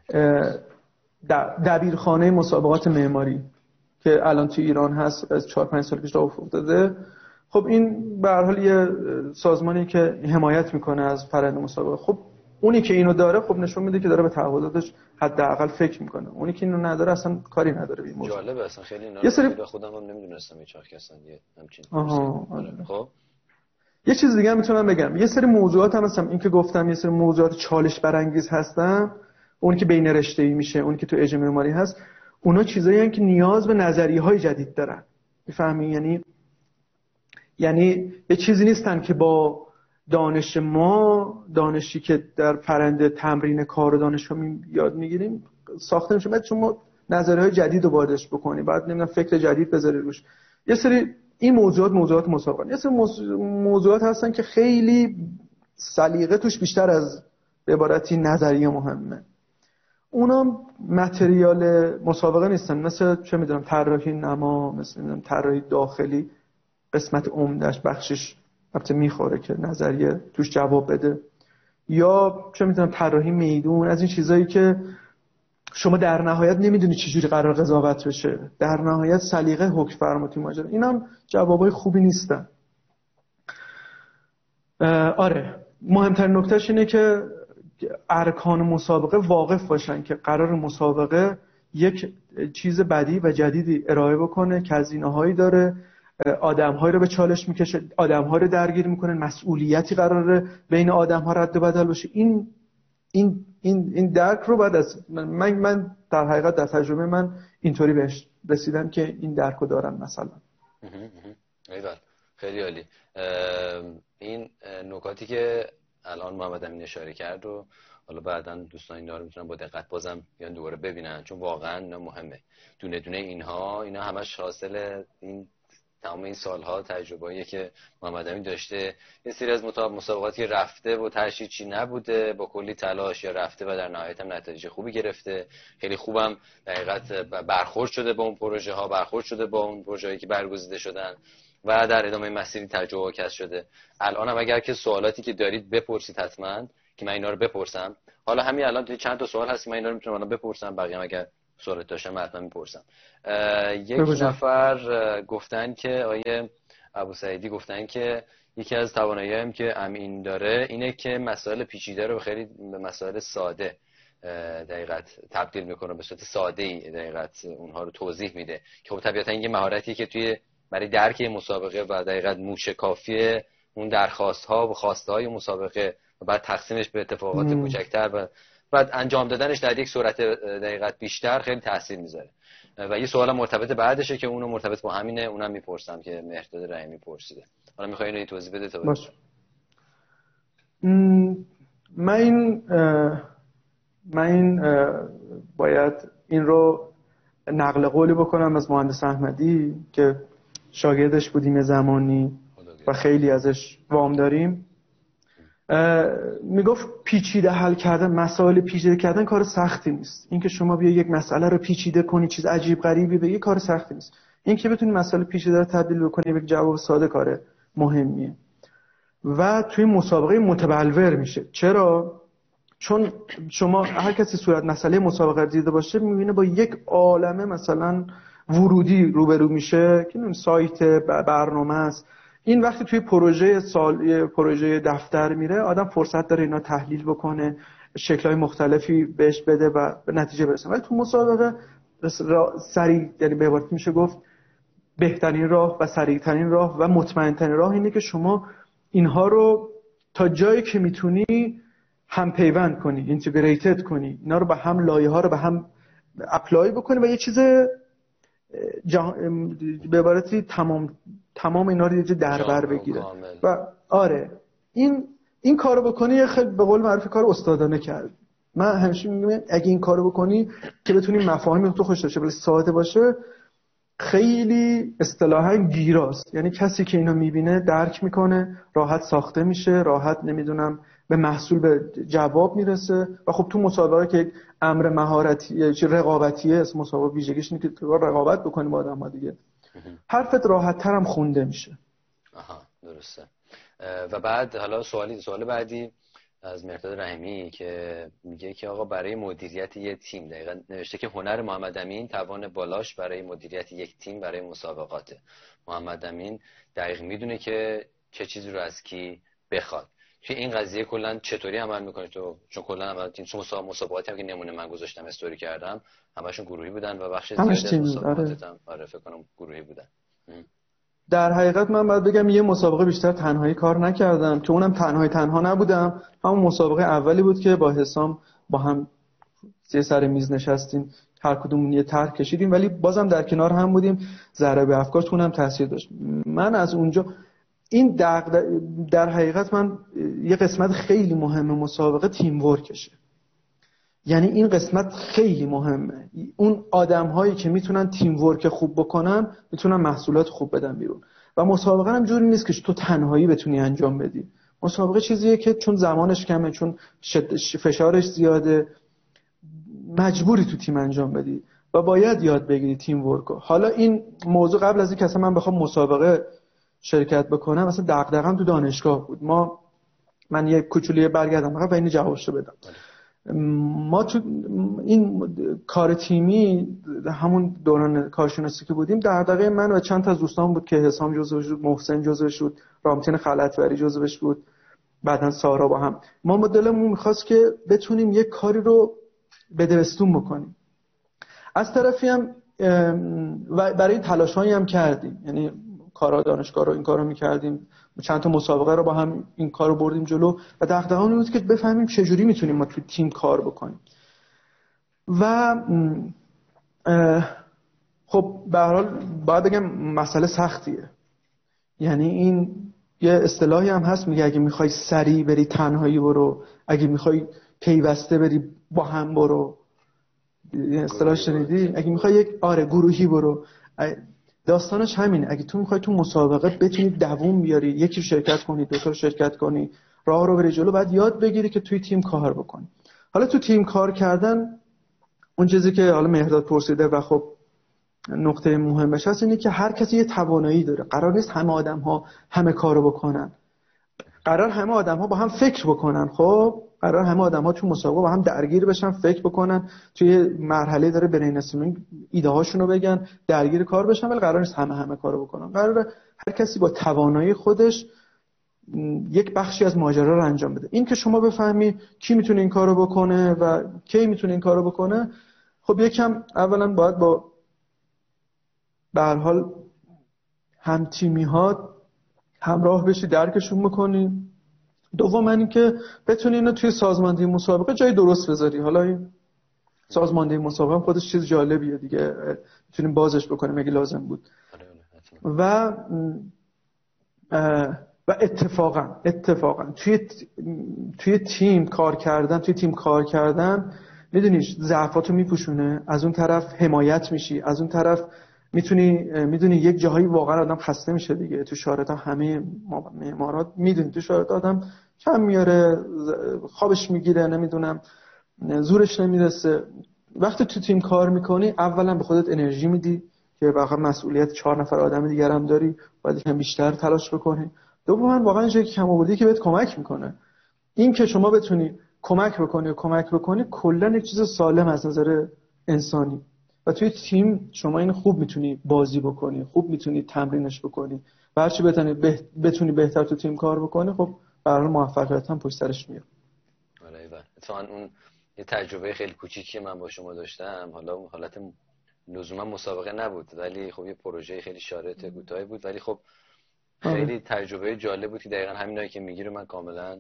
دبیرخانه مسابقات معماری که الان تو ایران هست، از چهار پنج سال پیش راه افتاده. خب این به هر حال یه سازمانی که حمایت میکنه از فرآیند مسابقه. خب اونی که اینو داره خب نشون میده که داره به تعهداتش حداقل فکر میکنه. اونی که اینو نداره اصلا کاری نداره به این موضوع. جالبه اصلا خیلی اینا یه سری رو خودم هم نمیدونستم هیچ وقت اصلا یه همچین. آها. خب یه چیز دیگه هم میتونم بگم، یه سری موضوعات هم هستن، این که گفتم یه سری موضوعات چالش برانگیز هستن، اون که بین رشته‌ای میشه، اون که تو اژه معماری هست، اونا چیزایی هستن که نیاز به نظریه‌های جدید دارن. میفهمی؟ یعنی یعنی یه چیزی نیستن که با دانش ما، دانشی که در فرآیند تمرین کار و دانش رو یاد میگیریم ساخته میشه، بعد شما نظریه‌های جدید رو واردش بکنی، بعد نمیدونم فکر جدید بذاری روش. یه سری این موضوعات موضوعات مسابقه، یه سری موضوعات هستن که خیلی سلیقه توش بیشتر از به عبارتی نظریه مهمه. اونا متریال مسابقه نیستن، مثل چه میدونم طراحی نما، مثل میدونم طراحی داخلی، قسمت عمدهش بخشش البته میخوره که نظریه توش جواب بده، یا چه میدونم طراحی میدون، از این چیزایی که شما در نهایت نمیدونی چجوری قرار قضاوت بشه، در نهایت سلیقه حکم فرما تو ماجرا. اینم جوابای خوبی نیستن. آره مهمترین نکتهش اینه که ارکان مسابقه واقف باشن که قرار مسابقه یک چیز بدی و جدیدی ارائه بکنه که هزینه‌هایی داره، آدم‌هایی رو به چالش میکشه، آدم‌ها رو درگیر میکنه، مسئولیتی قراره بین آدم‌ها رد و بدل بشه. این این این این درک رو بعد از من من در حقیقت در تجربه من اینطوری بهش رسیدم که این درک رو دارم. مثلا ایول خیلی عالی. این نکاتی که الان محمد امین اشاره کرد و حالا بعداً دوستان اینا رو میتونن با دقت بازم بیان دوباره ببینن، چون واقعا مهمه. دونه دونه اینها اینا همش حاصل این تمام این سالها تجربه‌ایه که محمد امین داشته. یه سری از مسابقاتی که رفته و ترشی چی نبوده، با کلی تلاش یا رفته و در نهایت هم نتایج خوبی گرفته، خیلی خوبم دقیقاً برخورد شده با اون پروژه ها، برخورد شده با اون پروژه‌ای که برگزیده شدن و در ادامه مسیری تجربه کسب شده. الان هم اگر که سوالاتی که دارید بپرسید حتما که من اینا رو بپرسم. حالا همین الان توی چند تا سوال هست، من اینا رو میتونم الان بپرسم، بقیه هم اگر سوالات داشتم حتما میپرسم. یک ببجن. نفر گفتن که آیه ابو سعیدی گفتن که یکی از توانایی‌هایی که امین داره اینه که مسائل پیچیده رو خیلی به مسائل ساده دقیقاً تبدیل میکنه، به صورت ساده‌ای دقیقاً اونها رو توضیح میده که خب طبیعتاً این مهارتیه که توی برای درک مسابقه و دقیقاً موشکافی اون درخواست ها و خواسته های مسابقه و بعد تقسیمش به اتفاقات کوچکتر و بعد انجام دادنش در یک صورت دقیقاً بیشتر خیلی تاثیر میذاره. و یه سوال مرتبط بعدشه که اونو مرتبط با همینه، اونم میپرسم که مهرداد رحیمی پرسیده. حالا میخوای اینو توضیح بده تا باشه. من این من این باید این رو نقل قولی بکنم از مهندس احمدی که شاگردش بودیم زمانی و خیلی ازش وام داریم. میگفت پیچیده حل کردن، مسائل پیچیده کردن کار سختی نیست. اینکه شما بیا یک مسئله رو پیچیده کنی، چیز عجیب غریبی بگی، کار سختی نیست. اینکه بتونی مسئله پیچیده رو تبدیل بکنی به جواب ساده کار مهمیه و توی مسابقه متبلور میشه. چرا؟ چون شما هر کسی صورت مسئله مسابقه رو دیده باشه میبینه با یک عالمه مثلا ورودی روبرو میشه که اون سایت برنامه است. این وقتی توی پروژه سال پروژه دفتر میره، آدم فرصت داره اینا تحلیل بکنه، شکل‌های مختلفی بهش بده و به نتیجه برسه. ولی تو مسابقه سریع، یعنی به عبارت میشه گفت بهترین راه و سریعترین راه و مطمئن‌ترین راه اینه که شما اینها رو تا جایی که میتونی هم پیوند کنی، اینتگریتد کنی، اینا رو به هم، لایه‌ها رو به هم اپلای بکنی و یه چیز جه... به عبارتی تمام تمام اینا رو یه جا در بر بگیره. و آره این این کارو بکنی خیلی به قول معروف کار استادانه کرد. من همیشه میگم اگه این کارو بکنی که بتونی مفاهیم تو خوش داشته ولی ساده باشه، خیلی اصطلاحاً گیراست. یعنی کسی که اینو میبینه درک میکنه، راحت ساخته میشه، راحت نمیدونم به محصول به جواب میرسه. و خب تو مسابقه که یک امر مهارتی چه رقابتیه، اسم مسابقه ویژگیش اینه که تو رقابت بکنی با آدم‌ها دیگه، حرفت راحت‌تر هم خونده میشه. آها درسته. و بعد حالا سوالی سوال بعدی از مرداد رحیمی که میگه که آقا برای مدیریت یک تیم، دقیقاً نوشته که هنر محمد امین توان بالاش برای مدیریت یک تیم برای مسابقاته. محمد امین دقیق میدونه که چه چیزی رو از کی بخواد. که این قضیه کلا چطوری عمل میکنه تو؟ چون کلا عمل تیم مسابقاتی هم که نمونه من گذاشتم استوری کردم همشون گروهی بودن و بخش زیادی از مسابقات هم آره فکر کنم گروهی بودن. در حقیقت من باید بگم یه مسابقه بیشتر تنهایی کار نکردم که اونم تنهایی تنها نبودم. همون مسابقه اولی بود که با حسام با هم سه سر میز نشستیم، هر کدوم یه طرح کشیدیم ولی بازم در کنار هم بودیم. ضرب افکار اونم تاثیر داشت. من از اونجا این در حقیقت من یه قسمت خیلی مهمه مسابقه تیم ورکشه. یعنی این قسمت خیلی مهمه. اون آدم‌هایی که میتونن تیم ورک خوب بکنن میتونن محصولات خوب بدن بیرون. و مسابقه هم جوری نیست که تو تنهایی بتونی انجام بدی. مسابقه چیزیه که چون زمانش کمه، چون فشارش زیاده، مجبوری تو تیم انجام بدی و باید یاد بگیری تیم ورکو. حالا این موضوع قبل از اینکه اصلا من بخوام مسابقه شرکت بکنم مثلا دغدغه‌ام تو دانشگاه بود. ما من یه کوچولوی برگردم فقط اینو جوابشو بدم. ما تو این کار تیمی همون دوران کارشناسی که بودیم دغدغه من و چند تا از دوستان بود که حسام جزوش بود، محسن جزوش بود، رامتین خلعتوری جزوش بود، بعدن سارا با هم. ما مدلمون می‌خواست که بتونیم یک کاری رو بدبستون بکنیم. از طرفی هم و برای تلاشایی هم کردیم، یعنی کارا دانشگاه رو این کارو می‌کردیم، چند تا مسابقه رو با هم این کارو بردیم جلو و دغدغه‌مون بود که بفهمیم چه جوری میتونیم ما تو تیم کار بکنیم. و خب به هر حال باید بگم مسئله سختیه. یعنی این یه اصطلاحی هم هست میگه اگه میخوای سریع بری تنهایی برو، اگه میخوای پیوسته بری با هم برو. این اصطلاح شنیدی؟ اگه میخوای یک آره گروهی برو. داستانش همینه. اگه تو میخوای تو مسابقه بتونی دووم بیاری، یکی رو شرکت کنی، دو تا رو شرکت کنی، راه رو بری جلو، بعد یاد بگیری که توی تیم کار بکنی. حالا تو تیم کار کردن اون چیزی که حالا مهرداد پرسیده و خب نقطه مهمش هست اینه که هر کسی یه توانایی داره. قرار نیست همه آدم‌ها همه کارو بکنن. قرار همه آدم‌ها با هم فکر بکنن. خب قرار همه آدم‌ها تو مسابقه با هم درگیر بشن، فکر بکنن، توی مرحله داره برین استورمینگ ایده هاشونو بگن، درگیر کار بشن، ولی قرار نیست همه همه کارو بکنن. قراره هر کسی با توانایی خودش یک بخشی از ماجرا رو انجام بده. این که شما بفهمی کی میتونه این کارو بکنه و کی میتونه این کارو بکنه، خب یکم اولا باید با به هر حال هم تیمی‌ها همراه بشی، درکشون بکنی. دوم این که بتونی اینو توی سازماندهی مسابقه جای درست بذاری. حالا این سازماندهی مسابقه خودش چیز جالبیه دیگه، میتونیم بازش بکنیم اگه لازم بود. و و اتفاقا اتفاقا توی توی تیم کار کردن توی تیم کار کردن میدونی ضعفاتو میپوشونه، از اون طرف حمایت میشی، از اون طرف میتونی میدونی یک جاهایی واقعا آدم خسته میشه دیگه. تو شارع‌ها همه معمارات میدونی تو شارع‌ها آدم کم میاره، خوابش میگیره، نمیدونم زورش نمیرسه. وقتی تو تیم کار میکنی اولا به خودت انرژی میدی که واقعا مسئولیت چهار نفر آدم دیگر هم داری، باید یکم بیشتر تلاش بکنی. دوما واقعا چیزی که کم آوردی که بهت کمک میکنه. این که شما بتونی کمک بکنی و کمک بکنی کلا یک چیز سالم از نظر انسانی. و توی تیم شما این خوب میتونی بازی بکنی، خوب میتونی تمرینش بکنی و هرچی بتونی بتونی بهتر تو تیم کار بکنی، خب برای موفقیت هم پشت سرش میاد. آره و اتفاقا اون یه تجربه خیلی کوچیکی من با شما داشتم، حالا اون حالت لزوما مسابقه نبود ولی خب یه پروژه خیلی شارط کوتاهی بود، ولی خب خیلی تجربه جالب بود که دقیقاً همینایی که میگی رو من کاملا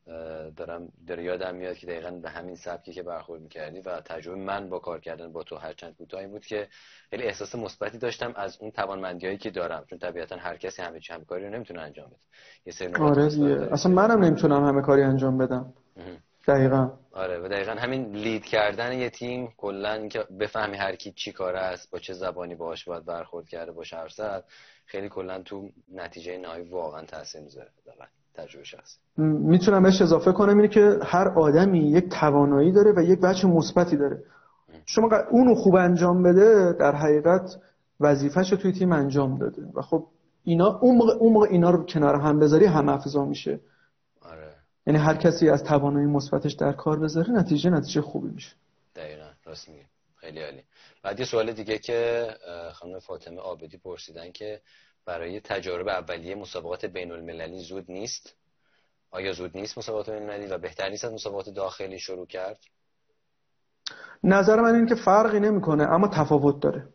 دارم داره یادم میاد که دقیقاً به همین سبکی که برخورد می‌کردی و تجربه من با کار کردن با تو هرچند کوتاهی بود که خیلی احساس مثبتی داشتم از اون توانمندیایی که دارم، چون طبیعتاً هر کسی همه چی همه کاری رو نمیتونه انجام بده. یه سری نقاط آره اصلا منم نمیتونم همه کاری انجام بدم. دقیقاً. آره و دقیقاً همین لید کردن یه تیم، کلاً اینکه بفهمی هر کی چی کاره است، با چه زبانی باهاش باید برخورد کرده باشه حرف زد، خیلی کلاً تو نتیجه نهایی واقعاً تاثیر میذاره. واقعاً تجربه شخصی. میتونم بهش اضافه کنم اینه که هر آدمی یک توانایی داره و یک بچه مثبتی داره. شما اونو خوب انجام بده در حقیقت وظیفه‌شو توی تیم انجام داده و خب اینا اون موقع اون موقع اینا رو کنار هم بذاری هم افزا میشه. آره. یعنی هر کسی از توانایی مثبتش در کار بذاره نتیجه نتیجه خوبی میشه. دقیقاً راست میگی. خیلی عالی. بعد یه سوال دیگه که خانم فاطمه عابدی پرسیدن که برای تجارب اولیه مسابقات بین‌المللی زود نیست؟ آیا زود نیست مسابقات بین‌المللی و بهتر نیست از مسابقات داخلی شروع کرد؟ نظر من این که فرقی نمیکنه اما تفاوت داره.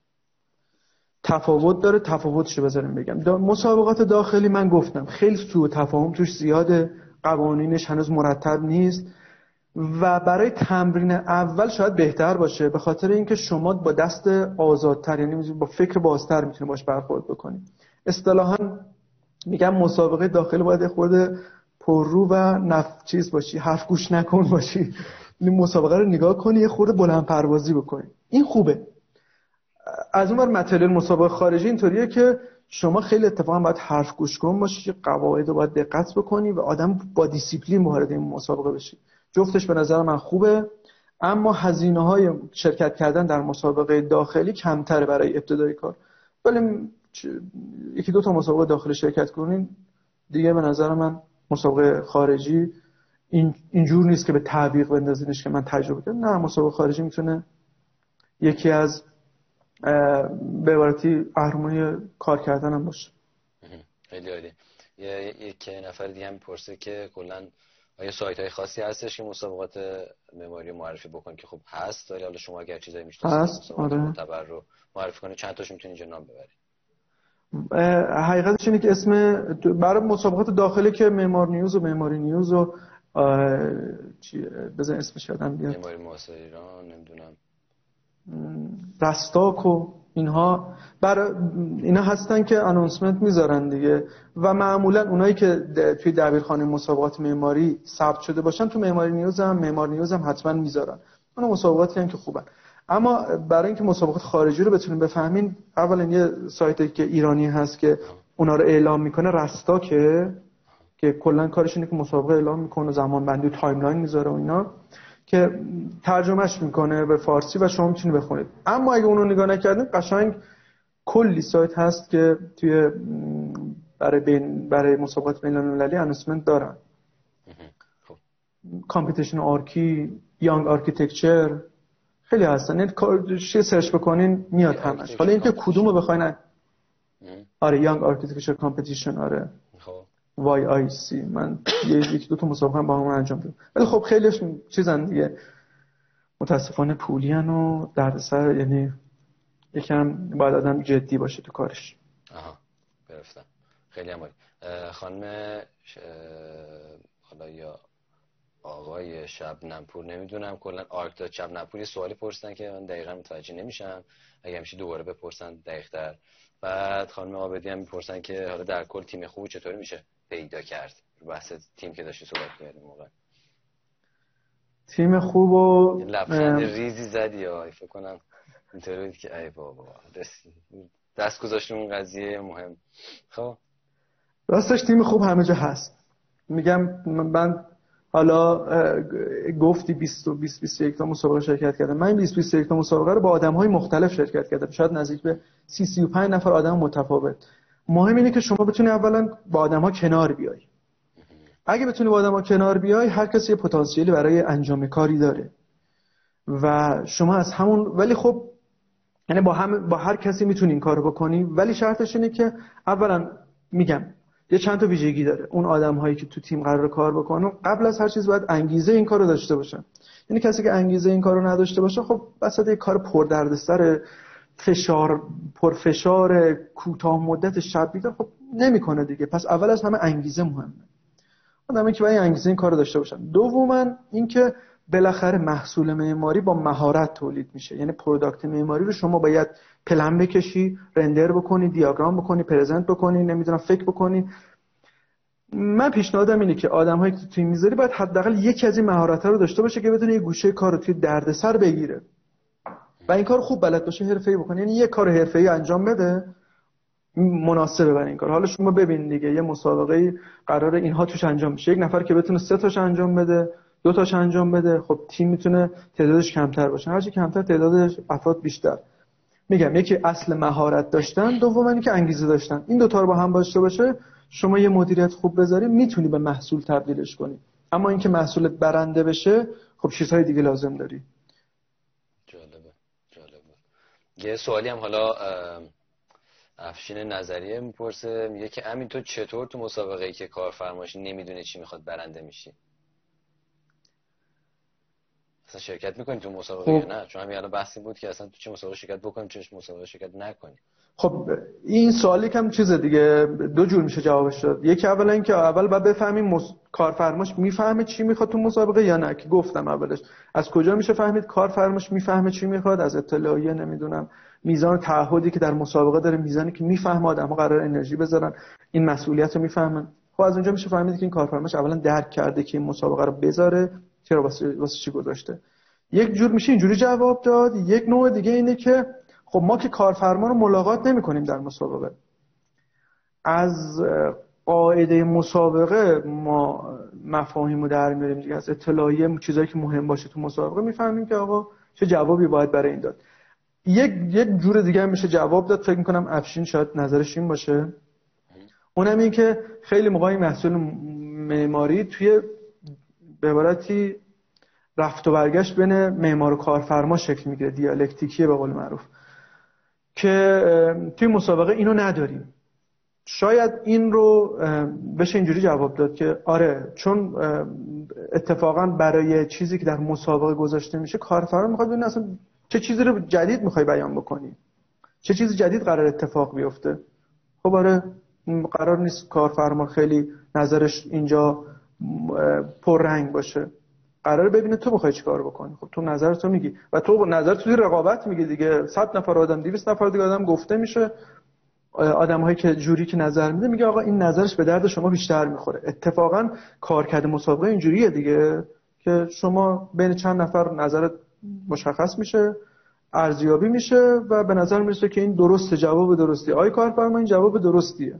تفاوت داره تفاوتشو بذاریم بگم. دا مسابقات داخلی من گفتم خیلی سوء تفاهم توش زیاده، قوانینش هنوز مرتب نیست و برای تمرین اول شاید بهتر باشه به خاطر اینکه شما با دست آزادتر، یعنی با فکر بازتر میتونید باش برخورد بکنید. اصطلاحاً میگم مسابقه داخلی باید خورده پررو و نف چیز باشی، حرف گوش نکن باشی. این مسابقه رو نگاه کنی یه خورده بلند پروازی بکنی، این خوبه. از اون ور متریال مسابقه خارجی اینطوریه که شما خیلی اتفاقا باید حرف گوش کن باشی، قواعد رو باید دقت بکنی و آدم با دیسیپلین وارد این مسابقه بشی. جفتش به نظر من خوبه، اما هزینه‌های شرکت کردن در مسابقه داخلی کمتره برای ابتدای کار. ولی یکی دو تا مسابقه داخلی شرکت کنین دیگه به نظر من مسابقه خارجی این اینجور نیست که به تعویق بندازینش که من تجربه کردم. نه، مسابقه خارجی میتونه یکی از به عبارتی اهرم‌های کار کردن هم باشه. خیلی عالی. یه یک نفر دیگه هم میپرسه که کلا آیا سایت‌های خاصی هستش که مسابقات معماری معرفی بکن؟ که خب هست، ولی حالا شما اگر چیزایی میشناسید مسابقات آره. معتبر رو معرفی کنید، چند تاشو میتونید اینجا نام ببرید. حقیقتش اینه که اسم برای مسابقات داخلی که معمار نیوز و معماری نیوز و چی بزن اسمش یادم بیاد، معماری معاصر ایران، نمیدونم رستاک و اینها، برای اینا هستن که آنونسمنت میذارن دیگه و معمولا اونایی که توی دبیرخانه مسابقات معماری ثبت شده باشن تو معماری نیوز هم معمار نیوز هم حتما میذارن. اون مسابقاتی هم که خوبن. اما برای اینکه مسابقات خارجی رو بتونیم بفهمین، اولا یه سایتی که ایرانی هست که اونا رو اعلام میکنه، رستاکه، که کلا کارش اینه که مسابقه اعلام میکنه، زمان بندی و تایملاین میذاره و اینا، که ترجمهش میکنه به فارسی و شما میتونید بخونید. اما اگه اونو نگاه نکردین، قشنگ کلی سایت هست که توی برای بین برای مسابقات بین‌المللی انونسمنت دارن. کامپیتیشن آرکی، یانگ آرکیتکچر، خیلی هستن. این چی سرچ بکنین میاد همش. حالا اینکه کدومو بخواین، آره یانگ آرکیتکچر کامپیتیشن، آره وای آی سی، من یک دو تا مسابقه با هم انجام دادم. ولی خب خیلیش چیزن دیگه، متاسفانه پولیان و دردسر، یعنی یکم باید آدم جدی باشه تو کارش. آها گرفتم. خیلی عالی. خانم ش... حالا یا آقای شبنمپور، نمیدونم، کلا آرک داد شبنمپور یه سوالی پرسیدن که من دقیقاً متوجه نمیشم، اگه میشه دوباره بپرسن دقیق‌تر. بعد خانم عابدی هم میپرسن که حالا در کل تیم خوب چطوری میشه پیدا کرد؟ بحث تیم که داشتی صحبت کردیم موقع. تیم خوب و لبخند ریزی زدی یا فکر کنم اینطوری بود که ای بابا دست گذاشتیم اون قضیه مهم. خب راستش تیم خوب همه جا هست. میگم من حالا گفتی بیست و بیست بیست و یک تا مسابقه شرکت کردم. من بیست بیست و یک تا مسابقه رو با آدم‌های مختلف شرکت کردم، شاید نزدیک به سی سی و پنج نفر آدم متفاوت. مهم اینه که شما بتونی اولا با آدم‌ها کنار بیای. اگه بتونی با آدم‌ها کنار بیای، هر کسی یه پتانسیلی برای انجام کاری داره و شما از همون، ولی خب یعنی با هم با هر کسی میتونی این کارو بکنی، ولی شرطش اینه که اولا میگم یه چند تا ویژگی داره. اون آدم‌هایی که تو تیم قرار کار بکنن قبل از هر چیز باید انگیزه این کارو داشته باشن. یعنی کسی که انگیزه این کارو نداشته باشه، خب وسط یک کار پردردسر، فشار پرفشار کوتاه مدت شب بیدار، خب نمیکنه دیگه. پس اول از همه انگیزه مهمه. آدمی که باید انگیزه این کارو داشته باشن. دوما اینکه بالاخره محصول معماری با مهارت تولید میشه، یعنی پروداکت معماری رو شما باید پلن بکشی، رندر بکنی، دیاگرام بکنی، پرزنت بکنی، نمیدونم فکر بکنی. من پیشنهادم اینه که آدم‌هایی که تو تیم میذاری باید حداقل یکی از این مهارت‌ها رو داشته باشه که بتونه یه گوشه کار رو توی دردسر بگیره و این کار خوب بلد باشه، حرفه‌ای بکنه. یعنی یه کار حرفه‌ای انجام بده مناسبه برای این کار. حالا شما ببین دیگه یه مسابقه قراره اینها توش انجام بشه، یک نفر که بتونه سه تاش انجام بده، دو تاش انجام بده، خب تیم میتونه تعدادش کمتر باشه. هرچی کمتر تعداد افراد بیشتر. میگم یکی اصل مهارت داشتن، دوم اینکه انگیزه داشتن. این دو تا رو با هم داشته باشه، شما یه مدیریت خوب بذاری میتونی به محصول تبدیلش کنی. اما اینکه محصولت برنده بشه، خب چیزهای دیگه لازم داری. جالبه جالبه. یه سوالی هم حالا افشین نظریه میپرسه، میگه که امین تو چطور تو مسابقه‌ای که کارفرماش نمیدونه چی میخواد برنده میشی؟ اصلا شرکت میکنی تو مسابقه یا نه؟ چون همین الان بحثی بود که اصلا تو چه مسابقه شرکت بکنیم، چه مسابقه شرکت نکنیم. خب این سوالی کم چیز دیگه، دو جور میشه جوابش داد. یکی اولا اینکه اول باید بفهمیم مس... کارفرماش میفهمه چی میخواد تو مسابقه یا نه، که گفتم اولش. از کجا میشه فهمید کارفرماش میفهمه چی میخواد؟ از اطلاعیه، نمیدونم میزان تعهدی که در مسابقه داره، میزانی که میفهمه آدم‌ها قرار انرژی بذارن، این مسئولیت رو میفهمن. خب از اونجا میشه فهمید که این کارفرماش اولا درک کرده که این مسابقه رو بذاره، چرا واسه واسه چی گذاشته. یک جور میشه اینجوری جواب داد. یک نوع دیگه اینه که خب ما که کارفرما رو ملاقات نمی کنیم در مسابقه، از قاعده مسابقه ما مفاهیم رو در میاریم دیگه، از اطلاعیه چیزایی که مهم باشه تو مسابقه میفهمیم که آقا چه جوابی باید برای این داد. یک یک جور دیگه هم میشه جواب داد، فکر میکنم افشین شاید نظرش این باشه، اونم این که خیلی موقعی محصول معماری توی به عبارتی رفت و برگشت بین معمار و کارفرما شکل میگیره، دیالکتیکیه به قول معروف، که توی مسابقه اینو نداریم. شاید این رو بشه اینجوری جواب داد که آره، چون اتفاقا برای چیزی که در مسابقه گذاشته میشه کارفرما میخواد ببینه اصلا چه چیزی رو جدید میخوای بیان بکنی، چه چیزی جدید قرار اتفاق بیفته. خب آره، قرار نیست کارفرما خیلی نظرش اینجا پررنگ باشه، قراره ببینه تو میخوای چیکار بکنی. خب تو نظر تو میگی و تو نظر توی رقابت میگی دیگه. صد نفر آدم، دویست نفر دیگه آدم گفته میشه، آدمایی که جوری که نظر میده میگه آقا این نظرش به درد شما بیشتر میخوره. اتفاقا کارکرد مسابقه اینجوریه دیگه که شما بین چند نفر نظرت مشخص میشه، ارزیابی میشه و به نظر میرسه که این درسته، جواب درستی. آی کارفرما این جواب درستیه.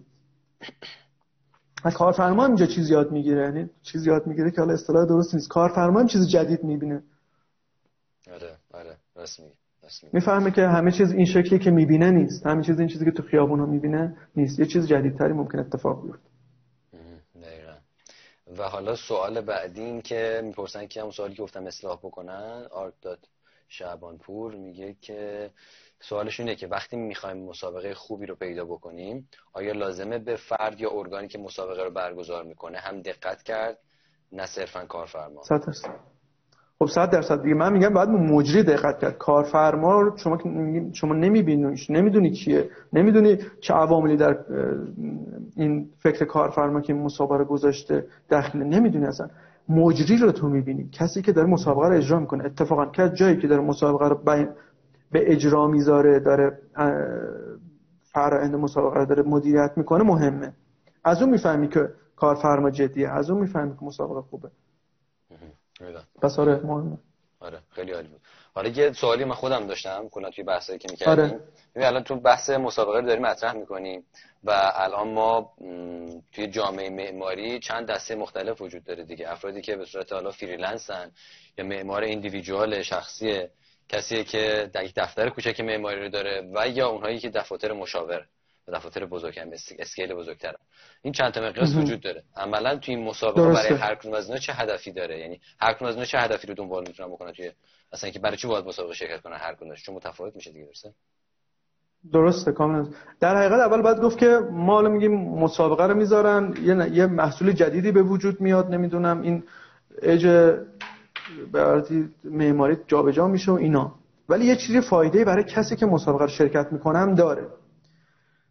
کارفرما هم اینجا چیز یاد میگیره، یعنی چیز یاد میگیره که حالا اصطلاح درست نیست. کارفرما هم چیز جدید میبینه. آره آره راست میگی. میفهمه که همه چیز این شکلی که میبینه نیست، همه چیز این چیزی که تو خیابونا میبینه نیست، یه چیز جدیدتری ممکن اتفاق بیفته. دقیقاً. و حالا سوال بعدی این که میپرسن که همون سوالی که گفتم اصلاح بکنن، آرک داد شعبانپور میگه که سوالش اینه که وقتی میخوایم مسابقه خوبی رو پیدا بکنیم، آیا لازمه به فرد یا ارگانی که مسابقه رو برگزار میکنه هم دقت کرد، نه صرفاً کارفرما؟ صد درصد. خب صد درصد دیگه. من میگم باید مجری دقت کرد. کارفرما رو شما شما نمیبینیش، نمیدونی کیه، نمیدونی چه عواملی در این فکر کارفرما که این مسابقه رو گذاشته داخل، نمیدونی اصلا. مجری رو تو میبینی، کسی که داره مسابقه رو اجرا میکنه. اتفاقا که جایی که داره مسابقه رو به اجرا میذاره، داره فرآیند مسابقه رو داره مدیریت میکنه، مهمه. از اون میفهمی که کارفرما جدیه، از اون میفهمی که مسابقه خوبه. پس آره مهمه. آره خیلی عالی بود. حالا یه سوالی من خودم داشتم کلا توی بحثایی که می‌کردیم. آره. ببین الان تو بحث مسابقه رو داریم مطرح می‌کنیم و الان ما توی جامعه معماری چند دسته مختلف وجود داره دیگه. افرادی که به صورت حالا فریلنسن یا معمار ایندیویدوال شخصیه، کسی که در یک دفتر کوچک معماری رو داره و یا اونهایی که دفاتر مشاور و دفاتر بزرگن، اسکیل بزرگترن. این چند تا مقیاس وجود داره. عملاً توی این مسابقه درسته. برای هر کدوم از اینا چه هدفی داره؟ یعنی هر کدوم از اینا چه هدفی رو دنبال می‌تونن بکنن توی مثلا که برای چی باید مسابقه شرکت کنن؟ هر کدومش چون متفاوت میشه دیگه. درسته؟ درسته کاملا. در حقیقت اول باید گفت که ما الان میگیم مسابقه رو میذارن، یه یه محصول جدیدی به وجود میاد، نمیدونم این اج به عبارتی معماری جابجا میشه و اینا، ولی یه چیزی فایده برای کسی که مسابقه رو شرکت میکنه هم داره.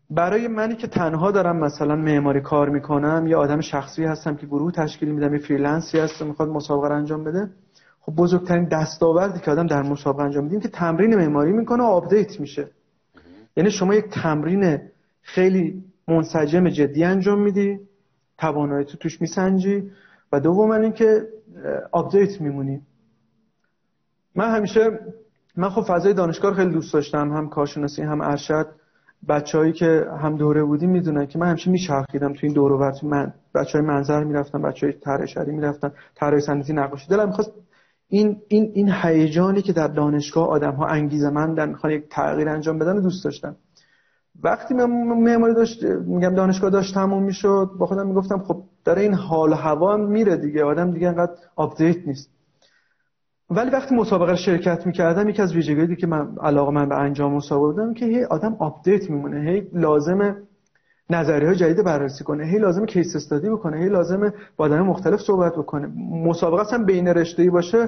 برای منی که تنها دارم مثلا معماری کار میکنم، یا آدم شخصی هستم که گروه تشکیل میدم، یه فریلنسی هستم میخواد مسابقه رو انجام بده، خب بزرگترین دستاوردی که آدم در مسابقه انجام میدیم که تمرین معماری میکنه و آپدیت میشه. یعنی شما یک تمرین خیلی منسجم جدی انجام میدی، تواناییت تو توش میسنجی، و دوم اینکه آپدیت میمونی. من همیشه من خب فضای دانشگاه خیلی دوست داشتم، هم کارشناسی هم ارشد. بچه‌هایی که هم دوره بودیم میدونن که من همیشه میچرخیدم تو این دور و بر. من بچه‌های منظر میرفتم، بچه‌های طراحی شهری میرفتن، طراحی صنعتی، نقاشی. دلم می‌خواست این این این هیجانی که در دانشگاه آدم‌ها انگیزه‌مندن می‌خوان یک تغییر انجام بدن رو دوست داشتم. وقتی من معماری داشت میگم دانشگاه داشت تموم میشد، با خودم میگفتم خب داره این حال و هوا هم میره دیگه، آدم دیگه انقدر آپدیت نیست. ولی وقتی مسابقه رو شرکت میکردم، یکی از ویژگی‌هایی که من علاقه من به انجام مسابقه بودم که هی آدم آپدیت میمونه، هی لازمه نظریه‌های جدید بررسی کنه، هی لازمه کیس استادی بکنه، هی لازمه با آدم‌های مختلف صحبت بکنه. مسابقه اصلا بین رشته‌ای باشه،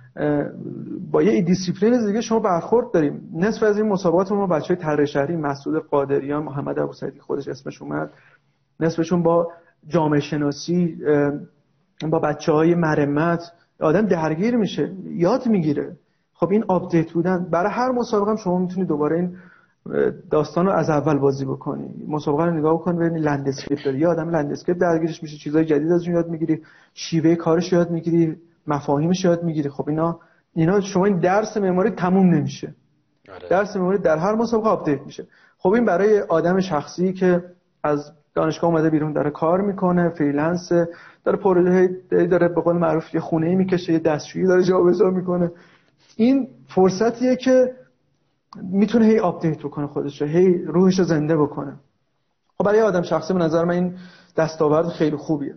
با یه دیسیپلین دیگه شما برخورد داریم. نصف از این مسابقات ما بچهای طراحی شهری، مسعود قادریان، محمد ابوسعیدی خودش اسمش اومد، نصفشون با جامعه شناسی، با بچهای مرمت، آدم درگیر میشه، یاد میگیره. خب این آپدیت بودن برای هر مسابقه هم شما میتونید دوباره این داستان رو از اول بازی بکنی. مسابقه رو نگاه بکن ببین لندسکیپ داره، یه آدم لندسکیپ درگیرش میشه، چیزای جدید ازش یاد میگیری، شیوه کارش یاد میگیری، مفاهیمش یاد میگیری. خب اینا اینا شما این درس معماری تموم نمیشه. آره. درس معماری در هر مسابقه آپدیت میشه. خب این برای آدم شخصی که از دانشگاه اومده بیرون، داره کار میکنه، فریلنس، داره پروژه داره به قول معروف یه خونه‌ای میکشه، یه دستشویی داره جابجا میکنه، این فرصتیه که میتونه هی آپدیت بکنه خودش رو، هی روحش رو زنده بکنه. خب برای آدم شخصی به نظر من این دستاورد خیلی خوبیه.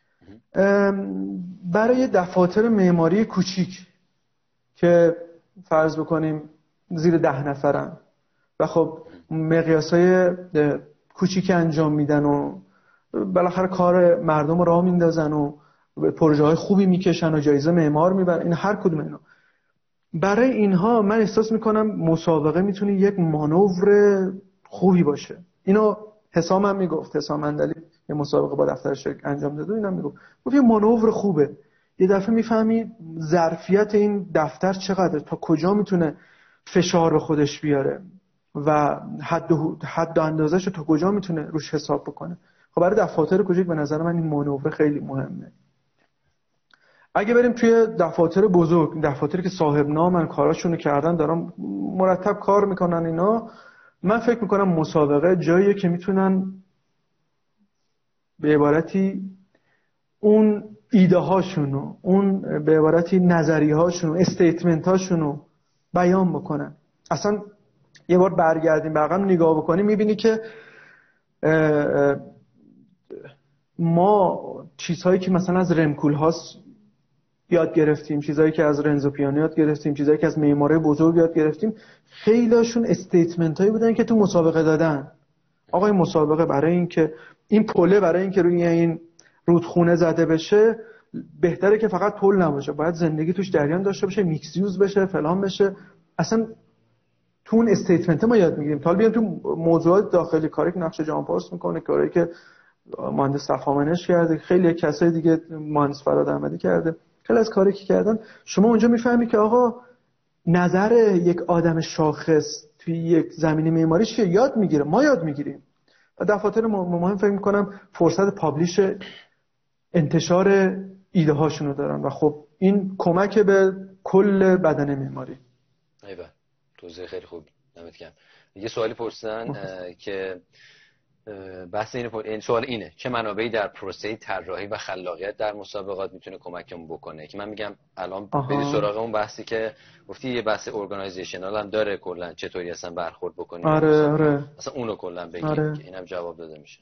برای دفاتر معماری کوچیک که فرض بکنیم زیر ده نفرن و خب مقیاسای کوچیک انجام میدن و بالاخره کار مردم رو راه میندازن و پروژه های خوبی میکشن و جایزه معمار میبرن، این هر کدوم اینا، برای اینها من احساس میکنم مسابقه میتونه یک مانور خوبی باشه. اینو حسام هم میگفت، حسام اندلی یه مسابقه با دفتر شرک انجام داده، اینم میگفت گفت یه مانور خوبه، یه دفعه میفهمی ظرفیت این دفتر چقدره، تا کجا میتونه فشار به خودش بیاره و حد و حد و اندازه‌شو تا کجا میتونه روش حساب بکنه. خب برای دفاتر کوچیک به نظر من این مانور خیلی مهمه. اگه بریم توی دفاتر بزرگ، دفاتری که صاحب نامن، کاراشونو کردن، دارن مرتب کار میکنن اینا، من فکر میکنم مسابقه جاییه که میتونن به عبارتی اون ایده هاشونو، اون به عبارتی نظریه هاشونو، استیتمنت هاشونو بیان بکنن. اصلا یه بار برگردیم عقب نگاه بکنیم میبینی که ما چیزهایی که مثلا از رمکول هاست یاد گرفتیم، چیزایی که از رنزو پیانو یاد گرفتیم، چیزایی که از معمارای بزرگ یاد گرفتیم، خیلیشون استیتمنت هایی بودن که تو مسابقه دادن. آقای مسابقه برای این که این پله، برای این که روی این رودخونه زده بشه، بهتره که فقط پل نباشه، باید زندگی توش جریان داشته باشه، میکس یوز بشه، فلان بشه. اصلا تو اون استیتمنت ما یاد میگیریم. تا بیام تو موضوعات داخلی، کاری که نقش جان پارس میکنه، کاری که مهندس صفامنش کرده، خیلی کسای دیگه، مهندس فراد احمدی کرده، خیلی از کاری که کردن، شما اونجا میفهمی که آقا نظر یک آدم شاخص توی یک زمینه معماری چیه، یاد میگیره، ما یاد میگیریم. و دفاتر مهم فکر میکنم فرصت پابلیش، انتشار ایده هاشونو دارن و خب این کمک به کل بدن معماری. ایوه، توضیح خیلی خوب، دمت گرم. یه سوالی پرسیدن که بحث اینه، این سوال اینه چه منابعی در پروسه طراحی و خلاقیت در مسابقات میتونه کمکمون بکنه، که من میگم الان بریم سراغ اون بحثی که گفتی، یه بحث ارگانایزیشنال هم داره، کلا چطوری اصلا برخورد بکنیم. آره آره اصلا اونو کلا بگیم آره. که اینم جواب داده میشه.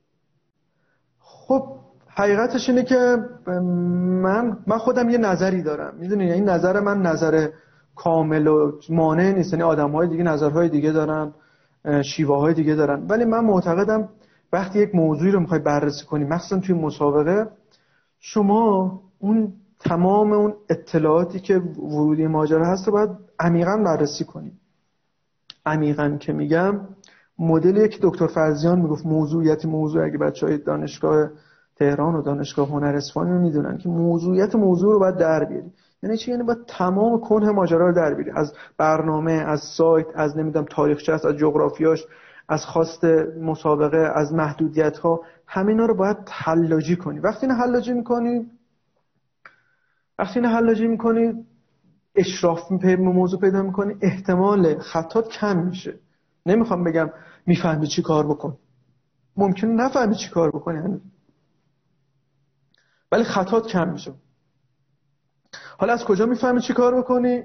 خب حقیقتش اینه که من من خودم یه نظری دارم، میدونی این نظر من نظر کامل و مانع نیست، یعنی آدم‌های دیگه نظرهای دیگه دارن، شیوه‌های دیگه دارن، ولی من معتقدم وقتی یک موضوعی رو می‌خوای بررسی کنی، مخصوصا توی مسابقه، شما اون تمام اون اطلاعاتی که ورودی ماجرا هست رو باید عمیقاً بررسی کنی. عمیقاً که میگم مدلی که دکتر فرزیان میگفت موضوعیت موضوع، اگه بچهای دانشگاه تهران و دانشگاه هنر اصفهان رو میدونن که موضوعیت موضوع رو باید در بیاری. یعنی چی؟ یعنی باید تمام کنه ماجرا رو در بیاری، از برنامه، از سایت، از نمیدونم تاریخچه، از جغرافیاش، از خواست مسابقه، از محدودیت‌ها، همینا رو باید حلاجی کنی. وقتی اینو حلاجی می‌کنی وقتی اینو حلاجی می‌کنی اشراف به موضوع پیدا می‌کنی، احتمال خطات کم میشه. نمیخوام بگم میفهمی چی کار بکن، ممکنه نفهمی چی کار بکنی هنوز، ولی خطات کم میشه. حالا از کجا میفهمی چی کار بکنی؟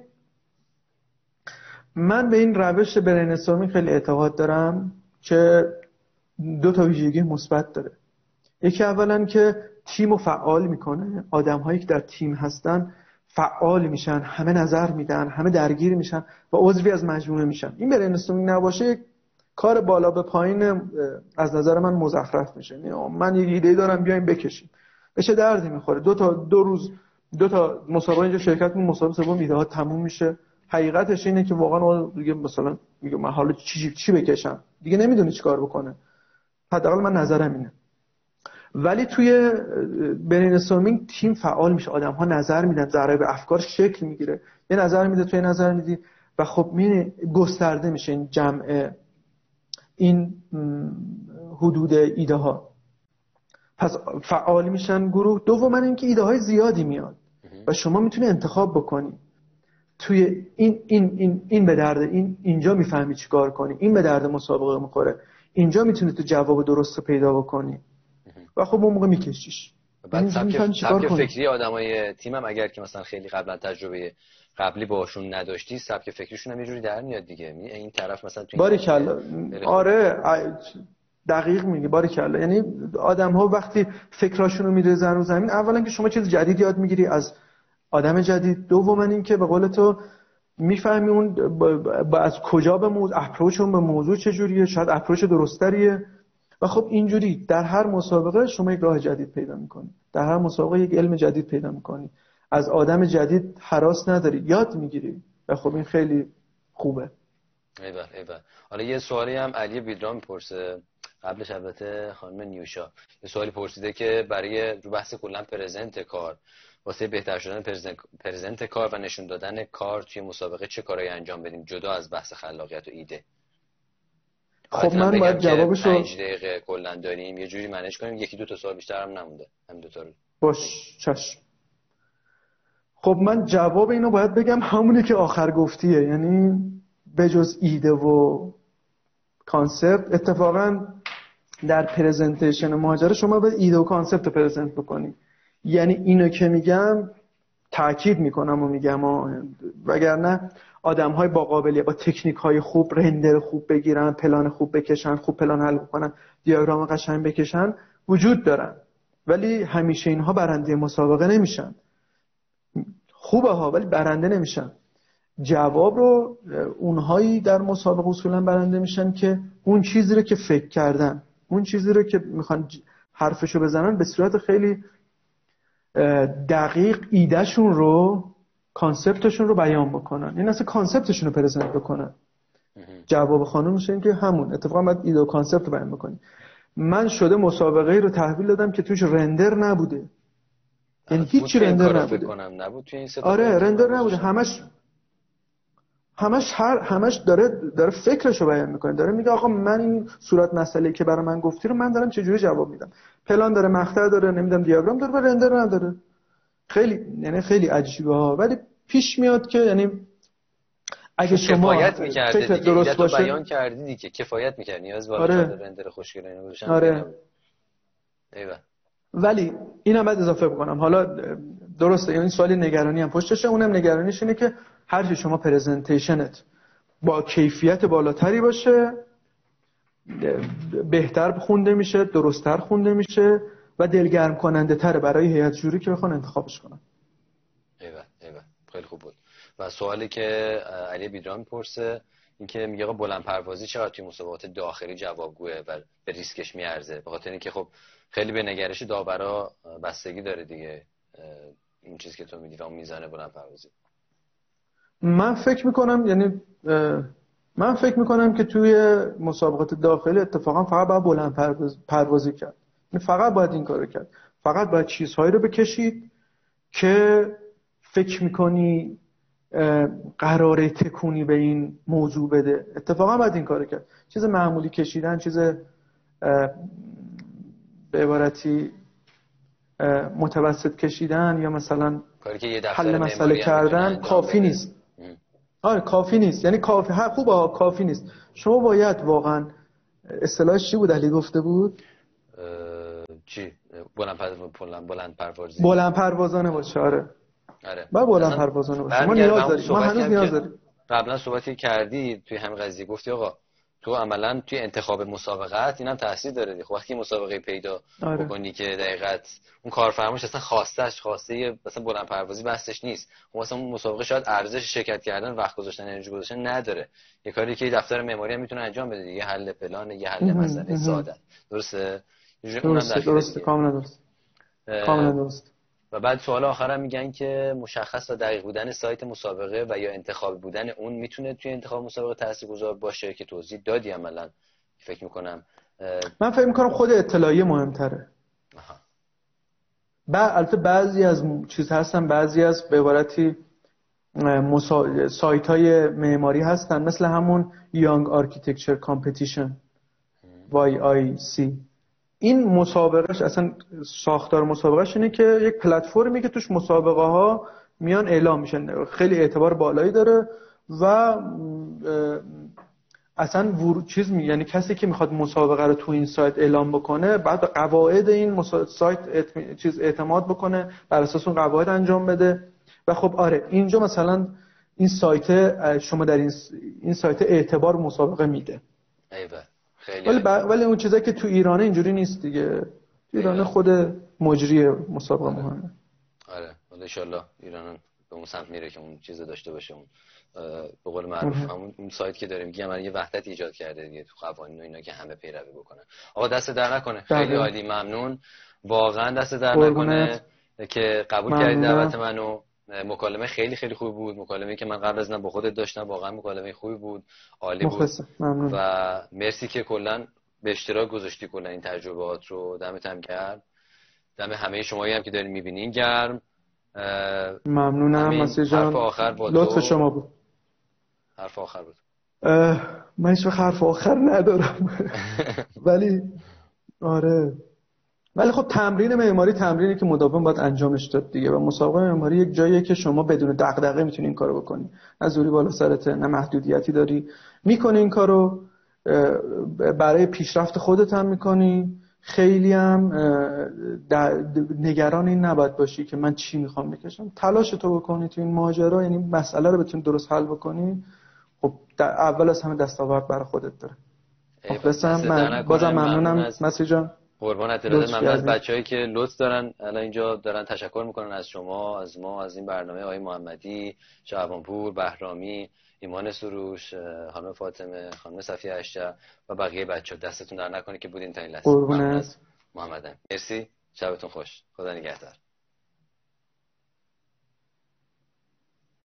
من به این روش برین‌استورمینگ خیلی اعتقاد دارم که دو تا ویژگی مثبت داره. یکی اولا که تیمو فعال میکنه، آدم‌هایی که در تیم هستن فعال میشن، همه نظر میدن، همه درگیر میشن و عضوی از مجموعه میشن. این برین‌استورمینگ نباشه کار بالا به پایین از نظر من مزخرف میشه. من یه ایده دارم بیایم بکشیم، به چه دردی میخوره؟ دو تا دو روز دو تا مسابقه اینجا شرکت می‌کنیم، مسابقه سوم ایده ها تموم میشه. حقیقتش اینه که واقعا دیگه مثلا میگه من حالا چی چی بکشم، دیگه نمیدونی چیکار بکنه. حداقل من نظرم اینه. ولی توی برین‌استورمینگ تیم فعال میشه، آدم‌ها نظر میدن، ذرایب افکار شکل میگیره، یه نظر میده توی نظر میدی و خب می گسترده میشه این جمع، این حدود ایده ها. پس فعال میشن گروه. دوم اینکه ایده های زیادی میاد و شما میتونی انتخاب بکنی توی این این این این به درد این اینجا میفهمی چیکار کنی، این به درد مسابقه میخوره، اینجا میتونی تو جواب درست پیدا بکنی و خب اون موقع میکشیش. بعد سبک سبک فکری آدمای تیمم اگر که مثلا خیلی قبلا تجربه قبلی باشون نداشتی، سبک فکریشون هم یه جوری در میاد دیگه. این طرف مثلا تو باریکلا، آره دقیق میگی، باریکلا. یعنی آدم‌ها وقتی فکراشونو میریزن رو زمین، اولا که شما چیز جدید یاد میگیری از آدم جدید، دوم این که به قول تو میفهمی اون با, با از کجا به موضوع، اپروچ به موضوع چجوریه، شاید اپروچ درستریه و خب اینجوری در هر مسابقه شما یک راه جدید پیدا میکنی، در هر مسابقه یک علم جدید پیدا میکنی، از آدم جدید هراس نداری، یاد میگیری و خب این خیلی خوبه. ایول ایول. حالا یه سوالی هم علی بیدرام میپرسه، قبلش البته خانم نیوشا یه سوالی پرسیده که برای رو بحث کلا پرزنت کار، واسه بهتر شدن پرزنت, پرزنت کار و نشون دادن کار توی مسابقه چه کارهایی انجام بدیم جدا از بحث خلاقیت و ایده؟ خب من باید جوابشو پنج دقیقه کلا داریم یه جوری منیج کنیم، یکی دو تا سوال بیشتر هم نمونده، هم دو تا رو باش چشم. خب من جواب اینو باید بگم همونی که آخر گفتیه، یعنی بجز ایده و کانسپت. اتفاقا در پرزنتیشن ماجرا شما به ایده و کانسپت رو پرزنت بکنی، یعنی اینو که میگم تاکید میکنم و میگم، وگرنه آدم‌های با قابلیت، با تکنیک‌های خوب، رندر خوب بگیرن، پلان خوب بکشن، خوب پلان حل کنن، دیاگرام قشنگ بکشن وجود دارن، ولی همیشه اینها برنده مسابقه نمیشن. خوبه ها ولی برنده نمیشن. جواب رو اونهایی در مسابقه اصولا برنده میشن که اون چیزی رو که فکر کردن، اون چیزی رو که میخوان حرفشو بزنن به صورت خیلی دقیق ایدهشون رو، کانسپتشون رو بیان بکنن، این اصلا کانسپتشون رو پرزنت بکنن. جواب خانم میشه این که همون اتفاقا باید ایده و کانسپت رو بیان بکنی. من شده مسابقه رو تحویل دادم که توش رندر نبوده، یعنی هیچ رندر نبوده. نبود توی این آره رندر نبوده، همش همش هر همش داره داره فکرشو بیان میکنه، داره میگه آقا من این صورت مسئله که برای من گفتی رو من دارم چجوری جواب میدم. پلان داره، مقطع داره، نمیدونم دیاگرام داره و رندر نداره. خیلی یعنی خیلی عجیبه ها، ولی پیش میاد که یعنی اگه شما فکر درست باشه بیان کردی دیگه کفایت میکنه، نیاز به آره. رندر خوشگل اینو گذاشتن. آره. ایوه. ولی اینم بعد اضافه بکنم، حالا درسته این سوالی نگرانی هم پشتشه، اونم نگرانیش اینه که هر چی شما پرزنتیشنت با کیفیت بالاتری باشه بهتر خونده میشه، درست‌تر خونده میشه و دلگرم کننده تره برای هیئت جوری که بخوان انتخابش کنن. ایوه ایوه خیلی خوب بود. و سوالی که علی بیدرام میپرسه این که میگه بلند پروازی چقدر توی مسابقات داخلی جوابگوه و به ریسکش میارزه؟ به خاطر اینکه خب خیلی به نگرش داورا بستگی داره دیگه این چیزی که تو میگی و اون میزان بلند پروازی. من فکر میکنم یعنی من فکر میکنم که توی مسابقات داخلی اتفاقا فقط باید بلند پرواز پروازی کرد، فقط باید این کارو کرد، فقط باید چیزهایی رو بکشید که فکر میکنی قراره تکونی به این موضوع بده، اتفاقا باید این کارو کرد. چیز معمولی کشیدن، چیز به عبارتی متوسط کشیدن یا مثلا حل مسئله کردن کافی نیست. آره کافی نیست، یعنی کافی خوبه کافی نیست. شما باید واقعا اصطلاحش چی بود علی گفته بود؟ چی؟ بلند بلند بلند پروازی. بلند پروازانه باشه. آره. آره. با بلند پروازانه باشه. ما نیاز داریم. ما هنوز نیاز داریم. قبلا صحبتی کردی توی همین قضیه گفتی آقا تو عملاً توی انتخاب مسابقات اینم تاثیر داره. خب وقتی مسابقه پیدا آره. بکنی که دقیقاً اون کارفرماش اصلا خواستش خواسته مثلا بلند پروازی بحثش نیست، خب مثلا اون مسابقه شاید ارزش شرکت کردن، وقت گذاشتن، انرژی گذاشتن نداره. یه کاری که دفتر معماری هم میتونه انجام بده، یه حل پلان، یه حل مسئله ساده. درسته؟ درسته درسته کاملا درست. کاملا درست. و بعد سوال آخرم میگن که مشخص و دقیق بودن سایت مسابقه و یا انتخاب بودن اون میتونه توی انتخاب مسابقه تاثیرگذار باشه که توضیح دادی عملاً. فکر میکنم من فکر میکنم خود اطلاعیه مهمتره. آها. بعد البته بعضی از چیز هستن، بعضی از به عبارتی مسا... سایت های معماری هستن مثل همون Young Architecture Competition وای آی سی. این مسابقهش اصلا ساختار مسابقهش اینه که یک پلتفرمی که توش مسابقه ها میان اعلام میشن، خیلی اعتبار بالایی داره و اصلا ورود چیز می... یعنی کسی که میخواد مسابقه رو تو این سایت اعلام بکنه بعد قواعد این مسا... سایت ات... چیز اعتماد بکنه، بر اساس اون قواعد انجام بده. و خب آره اینجا مثلا این سایت شما در این این سایت اعتبار مسابقه میده. ایوه خیلی ولی ب... ولی اون چیزایی که تو ایرانه اینجوری نیست دیگه. تو ایران خود مجری مسابقه آره. مهمه. آره ولی ان شاء الله ایران به اون سمت میره که اون چیز داشته باشه. اون به قول معروف همون اون سایت که داریم میگم یه وحدت ایجاد کرده دیگه تو قوانین و اینا که همه پیروی بکنن. آقا دست در نکنه، خیلی عالی، ممنون واقعا، دست در نکنه که قبول کردید دعوت منو. مکالمه خیلی خیلی خوب بود، مکالمه‌ای که من قبل از این با خودت داشتم، واقعا مکالمه خوبی بود، عالی بود. ممنون. و مرسی که کلا به اشتراک گذاشتی کلا این تجربهات رو. دمت هم گرم. دم همه شمایی هم که دارین میبینین گرم. ممنونم مسیح جان. حرف آخر با لطف تو. شما بود. حرف آخر بود. من هیچ وقت حرف آخر ندارم. ولی آره ولی خب تمرین معماری تمرینی که مداوم باید انجامش داد دیگه. و مسابقه معماری یک جاییه که شما بدون دغدغه میتونی این کارو بکنی، نه زوری بالا سرته نه محدودیتی داری، میکنی این کارو برای پیشرفت خودت هم میکنی. خیلی هم نگران این نباید باشی که من چی میخوام بکشم. تلاش تو بکنی تو این ماجرا، یعنی مسئله رو بتونی درست حل بکنی. خب اول از همه دستاورد برای خودت داره. مخلصم. من بازم ممنونم مسیح جان. قربانت. ارادت. ممنون از بچه‌هایی که لطف دارن الان اینجا دارن تشکر میکنن از شما، از ما، از این برنامه، آقای محمدی، شعبانپور، بهرامی، ایمان سروش، خانم فاطمه، خانم صفیه اشجع و بقیه بچه‌ها. دستتون در نکنه که بودین تا این لحظه. قربونت. محمدم. مرسی. شبتون خوش. خدا نگهدار.